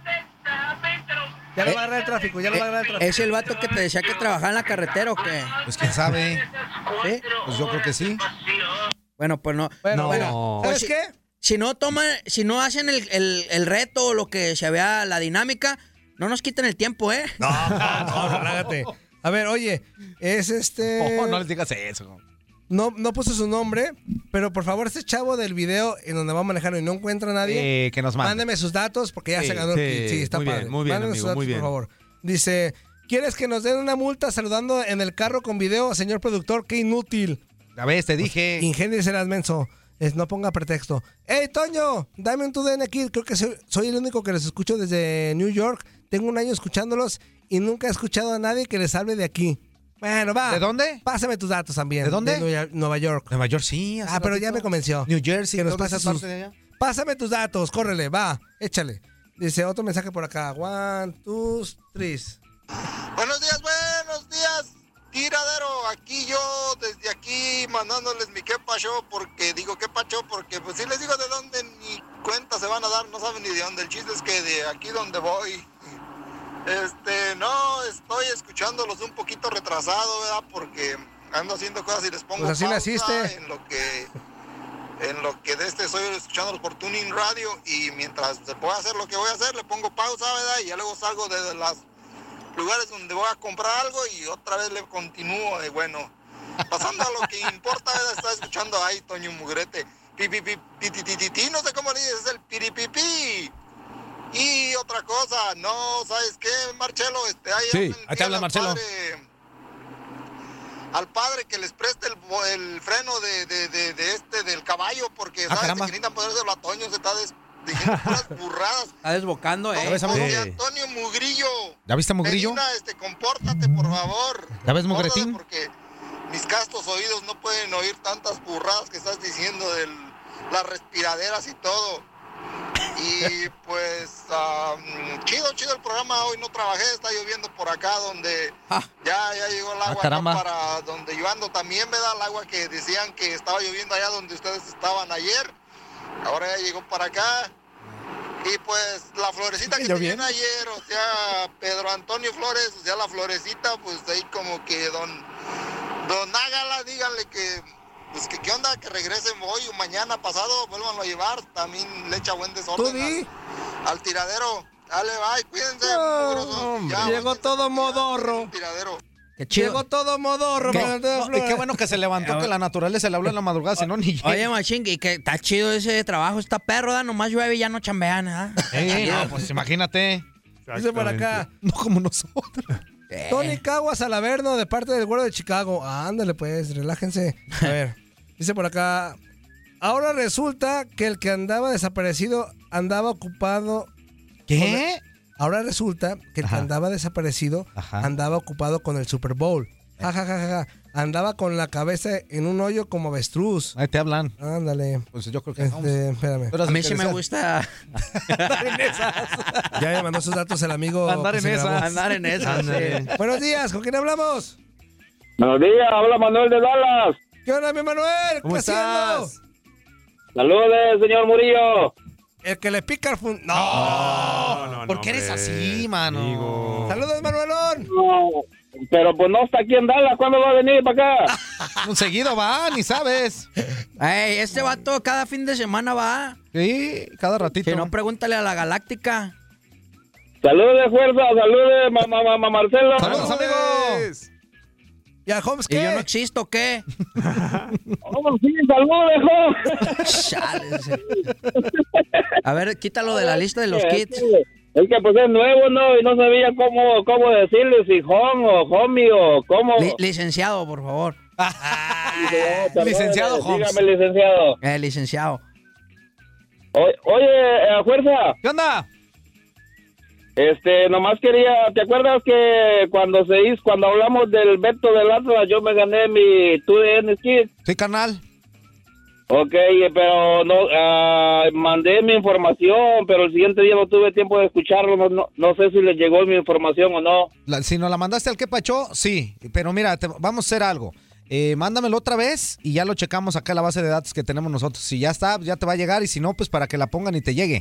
S9: Ya lo va a agarrar el tráfico, ya lo va a agarrar el tráfico.
S17: ¿Es el vato que te decía que trabajaba en la carretera o qué?
S8: Pues quién sabe.
S17: ¿Sí?
S8: Pues yo creo que sí.
S17: Bueno, pues no.
S9: Bueno,
S14: No.
S9: bueno.
S17: Pues
S9: ¿Sabes
S17: si,
S9: qué?
S17: si no toman, si no hacen el, el, el reto o lo que se vea la dinámica, no nos quiten el tiempo, ¿eh?
S9: No, no, relájate. A ver, oye, es este...
S8: Oh, no les digas eso.
S9: No, no puso su nombre, pero por favor, este chavo del video en donde va a manejar y no encuentra a nadie,
S8: Eh, que nos mande.
S9: mándeme sus datos porque ya
S14: Sí,
S9: se ganó el
S14: sí,
S9: kit. Sí, está
S14: muy bien,
S9: padre.
S14: muy bien,
S9: Mándeme
S14: amigo,
S9: sus datos,
S14: muy bien.
S9: por favor. Dice, ¿quieres que nos den una multa saludando en el carro con video, señor productor? ¡Qué inútil!
S8: A ver, te dije.
S9: Ingéniese el menso. Es, no ponga pretexto. ¡Ey, Toño! Dame un tu D N Kid. Creo que soy, soy el único que los escucho desde New York. Tengo un año escuchándolos y nunca he escuchado a nadie que les hable de aquí. Bueno, va.
S8: ¿De dónde?
S9: Pásame tus datos también.
S8: ¿De dónde?
S9: Nueva, Nueva York.
S8: Nueva York, sí. hace
S9: Ah, pero ya
S8: ratito.
S9: me convenció.
S8: New Jersey,
S9: Que nos
S8: toda
S9: pase
S8: esa
S9: sus-
S8: parte de allá.
S9: Pásame tus datos, córrele, va, échale. Dice otro mensaje por acá. One, two, three.
S2: Buenos días, buenos días, tiradero. Aquí yo, desde aquí, mandándoles mi qué pacho, porque digo qué pacho, porque pues si les digo de dónde ni cuenta se van a dar, no saben ni de dónde. El chiste es que de aquí donde voy, este, no, estoy escuchándolos un poquito retrasado, ¿verdad? Porque ando haciendo cosas y les pongo
S9: Pues así
S2: pausa
S9: naciste.
S2: en lo que... En lo que de este estoy escuchándolos por Tuning Radio y mientras se pueda hacer lo que voy a hacer, le pongo pausa, ¿verdad? Y ya luego salgo de los lugares donde voy a comprar algo y otra vez le continúo. Y bueno, pasando a lo que importa, ¿verdad? Está escuchando ahí Toño Mugrete. Pi, pi, pi, pi, ti, ti, ti, ti, no sé cómo le dices, es el piripipi. Y otra cosa, no, ¿sabes qué, Marcelo? Este, ahí
S14: Sí,
S2: hablen-
S14: ahí te habla
S2: al
S14: Marcelo.
S2: padre- al padre que les preste el, bo- el freno de, de, de, de este, del caballo, porque
S8: Ah,
S2: sabes
S8: caramba.
S2: que necesitan ponérselo a Toño, se está des- diciendo puras burradas.
S17: Está desbocando,
S2: No,
S17: ¿eh?
S8: ves, amigo?
S2: oye,
S14: Sí.
S2: Antonio Mugrillo.
S8: ¿Ya viste a Mugrillo?
S2: Medina, este, compórtate, por favor.
S8: ¿Ya ves,
S2: Compórtate,
S8: Mugretín?
S2: Porque mis castos oídos no pueden oír tantas burradas que estás diciendo de las respiraderas y todo. Y pues, um, chido, chido el programa. Hoy no trabajé, está lloviendo por acá donde
S17: Ah.
S2: ya, ya llegó el
S8: Ah,
S2: agua acá
S8: caramba.
S2: para donde yo ando también, ¿verdad? El agua que decían que estaba lloviendo allá donde ustedes estaban ayer. Ahora ya llegó para acá. Y pues la florecita que tenían ayer, o sea, Pedro Antonio Flores, o sea, la florecita, pues ahí como que don, don Ágala, díganle que, pues que qué onda, que regresen hoy o mañana pasado, vuélvanlo a llevar, también le echa buen desorden al, al tiradero. Dale, bye, cuídense.
S9: No, ya, llegó todo modorro.
S2: Tiradero.
S8: Qué chido.
S9: Llegó todo modorro.
S8: Qué, no, y qué bueno que se levantó, que la naturaleza le habló en la madrugada, si no ni llega.
S17: Oye, machín, y que está chido ese trabajo, está perro, da, nomás llueve y ya no chambean, ¿ah?
S8: Sí, no, pues imagínate.
S9: Dice por acá.
S8: No como nosotros.
S9: Eh. Tony Caguas Alaverno, de parte del güero de Chicago. Ah, ándale pues, relájense. A ver, dice por acá. Ahora resulta que el que andaba desaparecido andaba ocupado...
S8: ¿Qué?
S9: Ahora resulta que el Ajá. que andaba desaparecido Ajá. andaba ocupado con el Super Bowl. Ja, ja, ja, ja, ja. Andaba con la cabeza en un hoyo como avestruz.
S8: Ahí te hablan.
S9: Ándale.
S8: Pues yo creo que
S9: este, espérame.
S17: A mí sí me gusta
S9: andar en esas. Ya me mandó sus datos el amigo.
S8: Andar en esas.
S17: Andar en esas. Sí.
S9: Buenos días, ¿con quién hablamos?
S12: Buenos días, habla Manuel de Dallas.
S9: ¿Qué onda, mi Manuel?
S8: ¿Cómo estás?
S12: Saludos, señor Murillo.
S9: El que le pica el fun...
S8: No, no, no, no. ¿Por qué eres así, mano?
S9: Amigo. Saludos, Manuelón.
S12: No, pero pues no está aquí en Dallas. ¿Cuándo va a venir para acá?
S8: Un seguido va, ni sabes.
S17: Ey, este vato cada fin de semana va.
S8: Sí, cada ratito.
S17: Si no, pregúntale a la Galáctica.
S12: Saludos de fuerza, saludos, mamá, mamá, Marcelo.
S8: Saludos, amigos.
S9: ¿Y a Holmes qué?
S17: ¿Y yo no existo qué?
S12: Oh, sí, saludos,
S17: A ver, quítalo de la lista de los kits.
S12: Es que pues es nuevo, ¿no? Y no sabía cómo, cómo decirle, si home o homie o cómo.
S17: Li licenciado, por favor.
S12: Ah,
S8: licenciado Holmes.
S12: Dígame, licenciado.
S17: Eh, licenciado.
S12: O oye, a fuerza.
S8: ¿Qué onda?
S12: Este, nomás quería, ¿te acuerdas que cuando se hizo, cuando hablamos del Beto del Atlas, yo me gané mi two D N Kit?
S8: Sí, carnal.
S12: Ok, pero no, uh, mandé mi información, pero el siguiente día no tuve tiempo de escucharlo, no, no, no sé si le llegó mi información o no.
S8: La, si nos la mandaste al que pachó, sí, pero mira, te, vamos a hacer algo. Eh, mándamelo otra vez y ya lo checamos acá en la base de datos que tenemos nosotros. Si ya está, ya te va a llegar, y si no, pues para que la pongan y te llegue.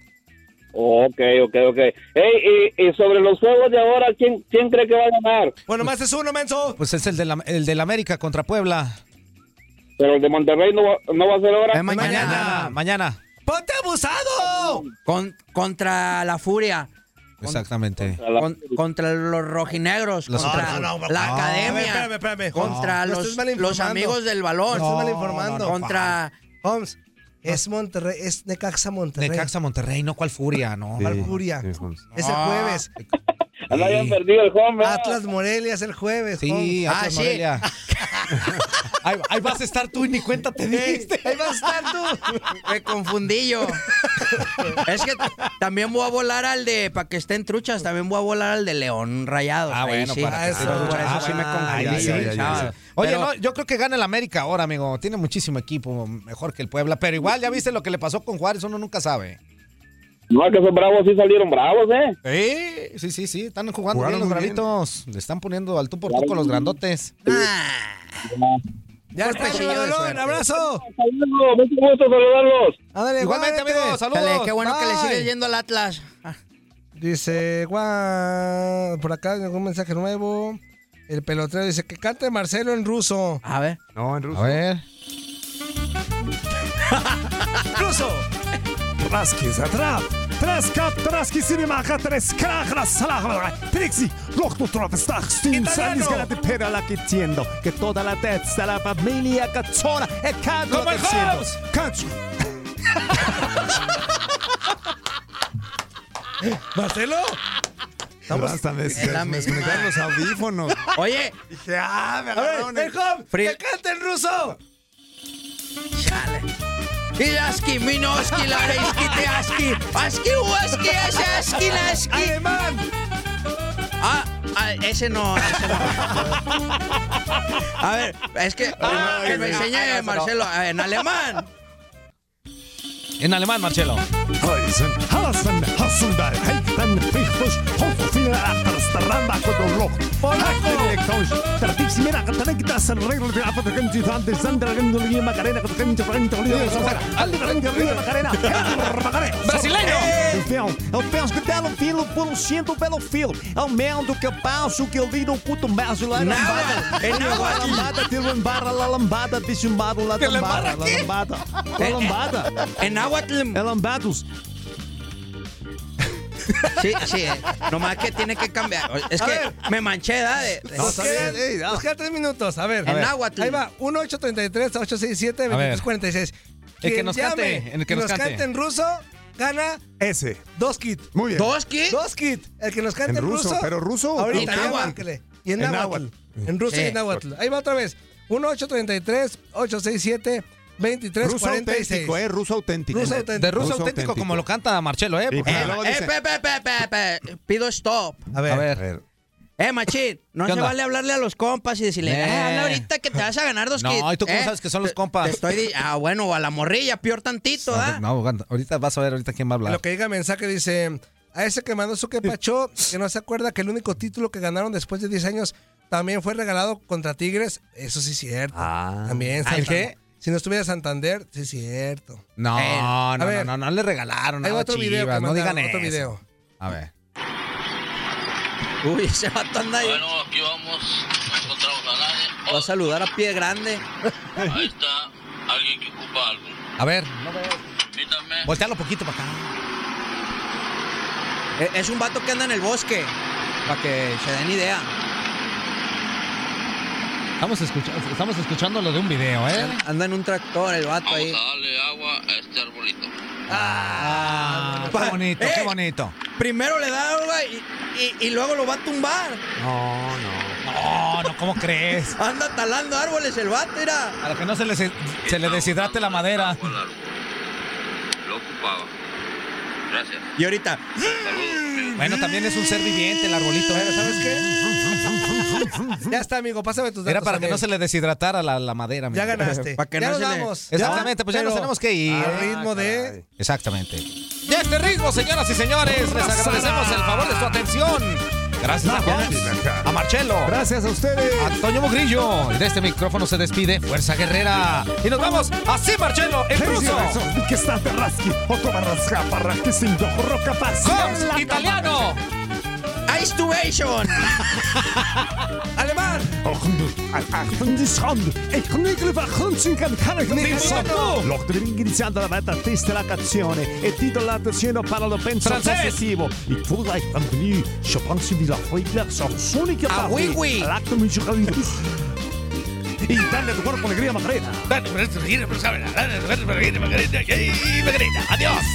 S12: Ok, ok, ok. Hey, y, y sobre los juegos de ahora, ¿quién, quién cree que va a ganar?
S9: Bueno, más es uno, menso.
S8: Pues es el de la, el del América contra Puebla.
S12: Pero el de Monterrey no va, no va a ser ahora.
S8: Eh, mañana, mañana. Mañana.
S9: ¡Ponte abusado!
S17: Con, contra la Furia.
S8: Exactamente.
S17: Contra, con, contra los rojinegros, los contra no, no, no, la no, academia,
S9: espérame, espérame,
S17: contra
S9: no,
S17: los, los amigos del balón.
S9: No, estás mal informando.
S17: Contra...
S9: Holmes. Es Monterrey, es Necaxa Monterrey.
S8: Necaxa Monterrey, no cuál Furia, no.
S9: ¿Cuál sí, Furia? Sí, es el jueves.
S12: No hayan perdido el home,
S9: Atlas Morelia es el jueves.
S8: Sí,
S9: home.
S8: Atlas
S17: ah,
S8: Morelia. Sí. ahí, ahí vas a estar tú y ni cuenta te diste.
S9: Ahí vas a estar tú.
S17: Me confundí yo. Es que también voy a volar al de, para que estén truchas, también voy a volar al de León Rayado.
S8: Ah, bueno,
S17: sí.
S8: para
S17: eso, ah, por eso
S8: ah,
S17: sí me confundí.
S8: Ay, sí, ya, ya, ya. Oye,
S17: pero,
S8: no, yo creo que gana el América ahora, amigo. Tiene muchísimo equipo, mejor que el Puebla. Pero igual, ya viste lo que le pasó con Juárez, uno nunca sabe.
S12: No, que esos bravos sí salieron bravos,
S8: ¿eh? Sí, sí, sí, sí. Están jugando Jugaron bien los bravitos. Bien. Le están poniendo al tú por tú con los grandotes.
S17: Ah.
S9: Ya está, Manuelón, un abrazo.
S12: Saludos, mucho gusto saludarlos.
S9: Ándale,
S8: igualmente, amigos, saludos.
S17: Dale, qué bueno
S9: Bye.
S17: que le sigues yendo al Atlas. Ah.
S9: Dice, guau, por acá algún mensaje nuevo. El pelotero dice que cante Marcelo en ruso.
S17: A ver.
S14: No, en ruso.
S8: A ver.
S9: ¡Ruso!
S5: Traski zatrap, traskap, traski sinimaka, treskrachra, salahra, trixi, lochto trovestach, stin, salis galate pera la que tiendo, que toda la testa, la familia cazona, e cadro
S8: ¡Como el Hobbs!
S5: Cacho.
S9: ¿Marcelo?
S14: Estamos hasta me desconectaron los audífonos.
S17: Oye.
S9: Dije, ah, me agarraron el Hobbs, que cante en ruso.
S17: Chale. Ilaski, Minoski, Lareiski, Teaski, Aski, Uaski, Aski, Laski.
S9: ¡Alemán!
S17: Ah, ah, ese no, ese no. A ver, es que, ah, que me enseñe Marcelo, a ver, en alemán.
S8: En alemán, Marcelo. ¡Brasileño!
S1: filme. Eu penso que telo filho por um cinto pelo filo. Ao menos que eu passo que eu vi no culto mais de la lambada.
S17: En
S1: la lambada, te lambada, la lambada, bichumbado, la lambada, la lambada. La lambada.
S17: En náhuatl.
S1: El lambados.
S17: Sí, sí, eh. Nomás que tiene que cambiar. Es
S9: A
S17: que
S9: ver.
S17: me manché, ¿da? De, de-
S9: Nos quedan, nos quedan tres minutos. A ver.
S17: En náhuatl.
S9: Ahí va. uno ocho tres tres, ocho seis siete, dos dos cuatro seis.
S8: El que
S9: Quien
S8: nos
S9: llame
S8: cante, el que
S9: y
S8: nos cante.
S9: en ruso, gana
S14: Ese.
S9: dos kits.
S14: Muy bien.
S17: ¿Dos kits?
S9: Dos kits. El que nos cante
S14: En
S9: en
S14: ruso,
S9: ruso.
S14: pero ruso o
S9: Ahorita
S17: en
S9: ya
S17: náhuatl.
S9: márquele. Y en
S14: En
S9: náhuatl.
S14: náhuatl.
S9: En ruso
S17: Sí.
S9: y en náhuatl. Ahí va otra vez. uno ocho tres tres, ocho seis siete, dos tres
S14: Ruso
S9: cuatro seis.
S14: auténtico, ¿eh? Ruso auténtico.
S9: Ruso auténtico.
S8: De ruso auténtico, como lo canta Marcelo, ¿eh?
S14: Y
S8: Porque-
S14: pero luego
S17: Eh,
S14: dice-
S17: pe, pe, pe, pe, pe. Pido stop.
S9: A ver.
S8: A ver.
S17: Eh, machín, no
S8: ¿Qué
S17: se
S8: onda?
S17: vale hablarle a los compas y decirle,
S8: Eh.
S17: eh, habla ahorita que te vas a ganar dos
S8: No,
S17: kits.
S8: ¿y tú cómo
S17: Eh,
S8: sabes que son los
S17: te-
S8: compas?
S17: te estoy di- ah, bueno, o a la morrilla, peor tantito, ¿da?
S8: No, aguanta. Ahorita vas a ver ahorita quién va a hablar.
S9: Lo que diga mensaje dice, a ese que mandó su quepacho, que no se acuerda que el único título que ganaron después de diez años también fue regalado contra Tigres. Eso sí es cierto.
S8: Ah.
S9: También.
S8: ¿Ah, el
S9: Santander.
S8: qué?
S9: Si no estuviera Santander, sí es cierto.
S8: No,
S9: Eh,
S8: no,
S9: a
S8: no,
S9: ver.
S8: no, no, no le regalaron
S9: Hay
S8: nada a
S9: otro video que
S8: Chivas, no
S9: mandaron,
S8: digan
S9: otro
S8: eso.
S9: video.
S8: A ver.
S17: Uy, ese vato anda ahí.
S19: Bueno, aquí vamos. No encontramos a nadie.
S17: Va a saludar a pie grande.
S19: Ahí está alguien que ocupa algo.
S8: A ver,
S19: Permítame.
S8: voltealo poquito para acá.
S17: Eh, Es un vato que anda en el bosque. Para que se den idea.
S8: Estamos, escucha- estamos escuchando lo de un video, ¿eh?
S17: Anda en un tractor el vato
S19: Vamos
S17: ahí.
S19: a darle agua a este arbolito.
S8: Ah, qué bonito,
S17: Eh.
S8: qué bonito.
S17: Primero le da agua y, y- y luego lo va a tumbar.
S8: No, no. No, no, ¿cómo crees?
S17: Anda talando árboles el vato, mira.
S8: Para que no se le, se le deshidrate la madera.
S19: Lo ocupaba. Gracias.
S17: Y ahorita.
S8: Bueno, también es un ser viviente el arbolito, ¿eh?
S9: ¿Sabes qué? Ya está, amigo, pásame tus datos.
S8: Era para que
S9: también.
S8: no se le deshidratara la, la madera.
S9: Ya
S8: amigo.
S9: ganaste.
S17: Para que
S9: ya
S17: no
S9: nos
S17: se le-
S9: vamos.
S8: Exactamente, pues ya nos
S9: Pero
S8: tenemos que ir.
S9: Al ritmo de...
S8: Exactamente. Y a este ritmo, señoras y señores, les agradecemos el favor de su atención. Gracias a Juan, a Marcelo.
S14: Gracias a ustedes.
S8: A Toño Mugrillo. Y de este micrófono se despide Fuerza Guerrera. Y nos vamos así, Marcelo, en ruso.
S1: Que está Terraski, otro barrasca para que sin roca
S8: Coms, italiano.
S17: Ice-tubation.
S9: Alemán.
S1: L'ho iniziando la meta testa la canzone e titolato siano parlato penso
S8: Francese.
S1: positivo il full life bienvenue je pense di la foible sono sonica
S17: Ah, oui, oui.
S1: l'acto musicale y darle tu cuerpo alegría Macarena
S8: Adiós.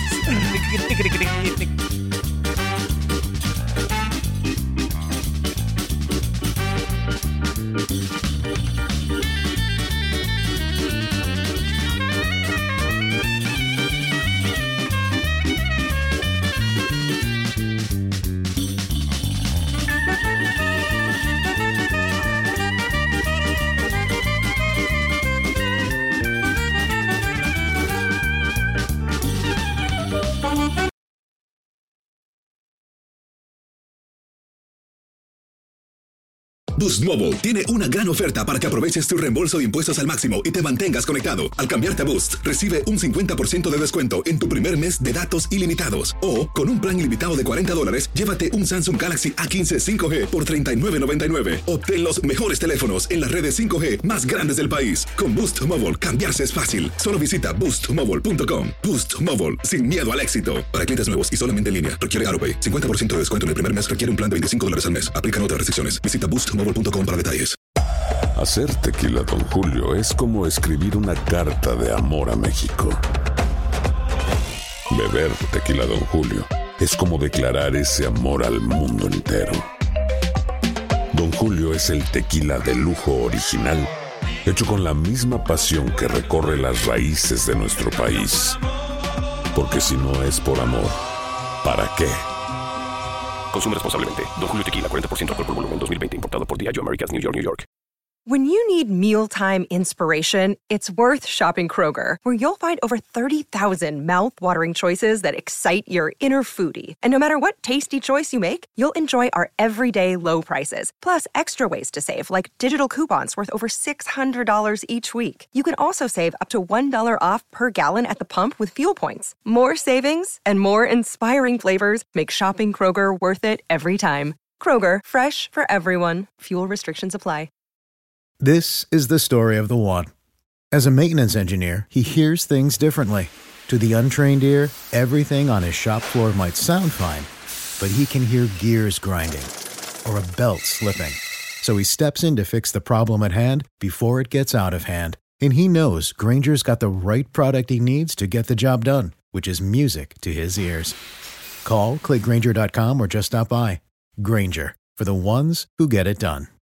S3: Boost Mobile tiene una gran oferta para que aproveches tu reembolso de impuestos al máximo y te mantengas conectado. Al cambiarte a Boost, recibe un cincuenta por ciento de descuento en tu primer mes de datos ilimitados. O, con un plan ilimitado de cuarenta dólares, llévate un Samsung Galaxy A quince cinco G por treinta y nueve noventa y nueve. Obtén los mejores teléfonos en las redes cinco G más grandes del país. Con Boost Mobile, cambiarse es fácil. Solo visita boost mobile punto com. Boost Mobile, sin miedo al éxito. Para clientes nuevos y solamente en línea, requiere AutoPay. cincuenta por ciento de descuento en el primer mes, requiere un plan de veinticinco dólares al mes. Aplican otras restricciones. Visita boost mobile punto com para detalles.
S22: Hacer tequila Don Julio es como escribir una carta de amor a México. Beber tequila Don Julio es como declarar ese amor al mundo entero. Don Julio es el tequila de lujo original, hecho con la misma pasión que recorre las raíces de nuestro país. Porque si no es por amor, ¿para qué?
S23: Consume responsablemente. Don Julio Tequila, cuarenta por ciento alcohol por volumen, dos mil veinte. Importado por Diageo Americas, New York, New York.
S4: When you need mealtime inspiration, it's worth shopping Kroger, where you'll find over thirty thousand mouth-watering choices that excite your inner foodie. And no matter what tasty choice you make, you'll enjoy our everyday low prices, plus extra ways to save, like digital coupons worth over six hundred dollars each week. You can also save up to one dollar off per gallon at the pump with fuel points. More savings and more inspiring flavors make shopping Kroger worth it every time. Kroger, fresh for everyone. Fuel restrictions apply.
S6: This is the story of the one. As a maintenance engineer, he hears things differently. To the untrained ear, everything on his shop floor might sound fine, but he can hear gears grinding or a belt slipping. So he steps in to fix the problem at hand before it gets out of hand. And he knows Grainger's got the right product he needs to get the job done, which is music to his ears. Call, click Grainger dot com, or just stop by. Grainger, for the ones who get it done.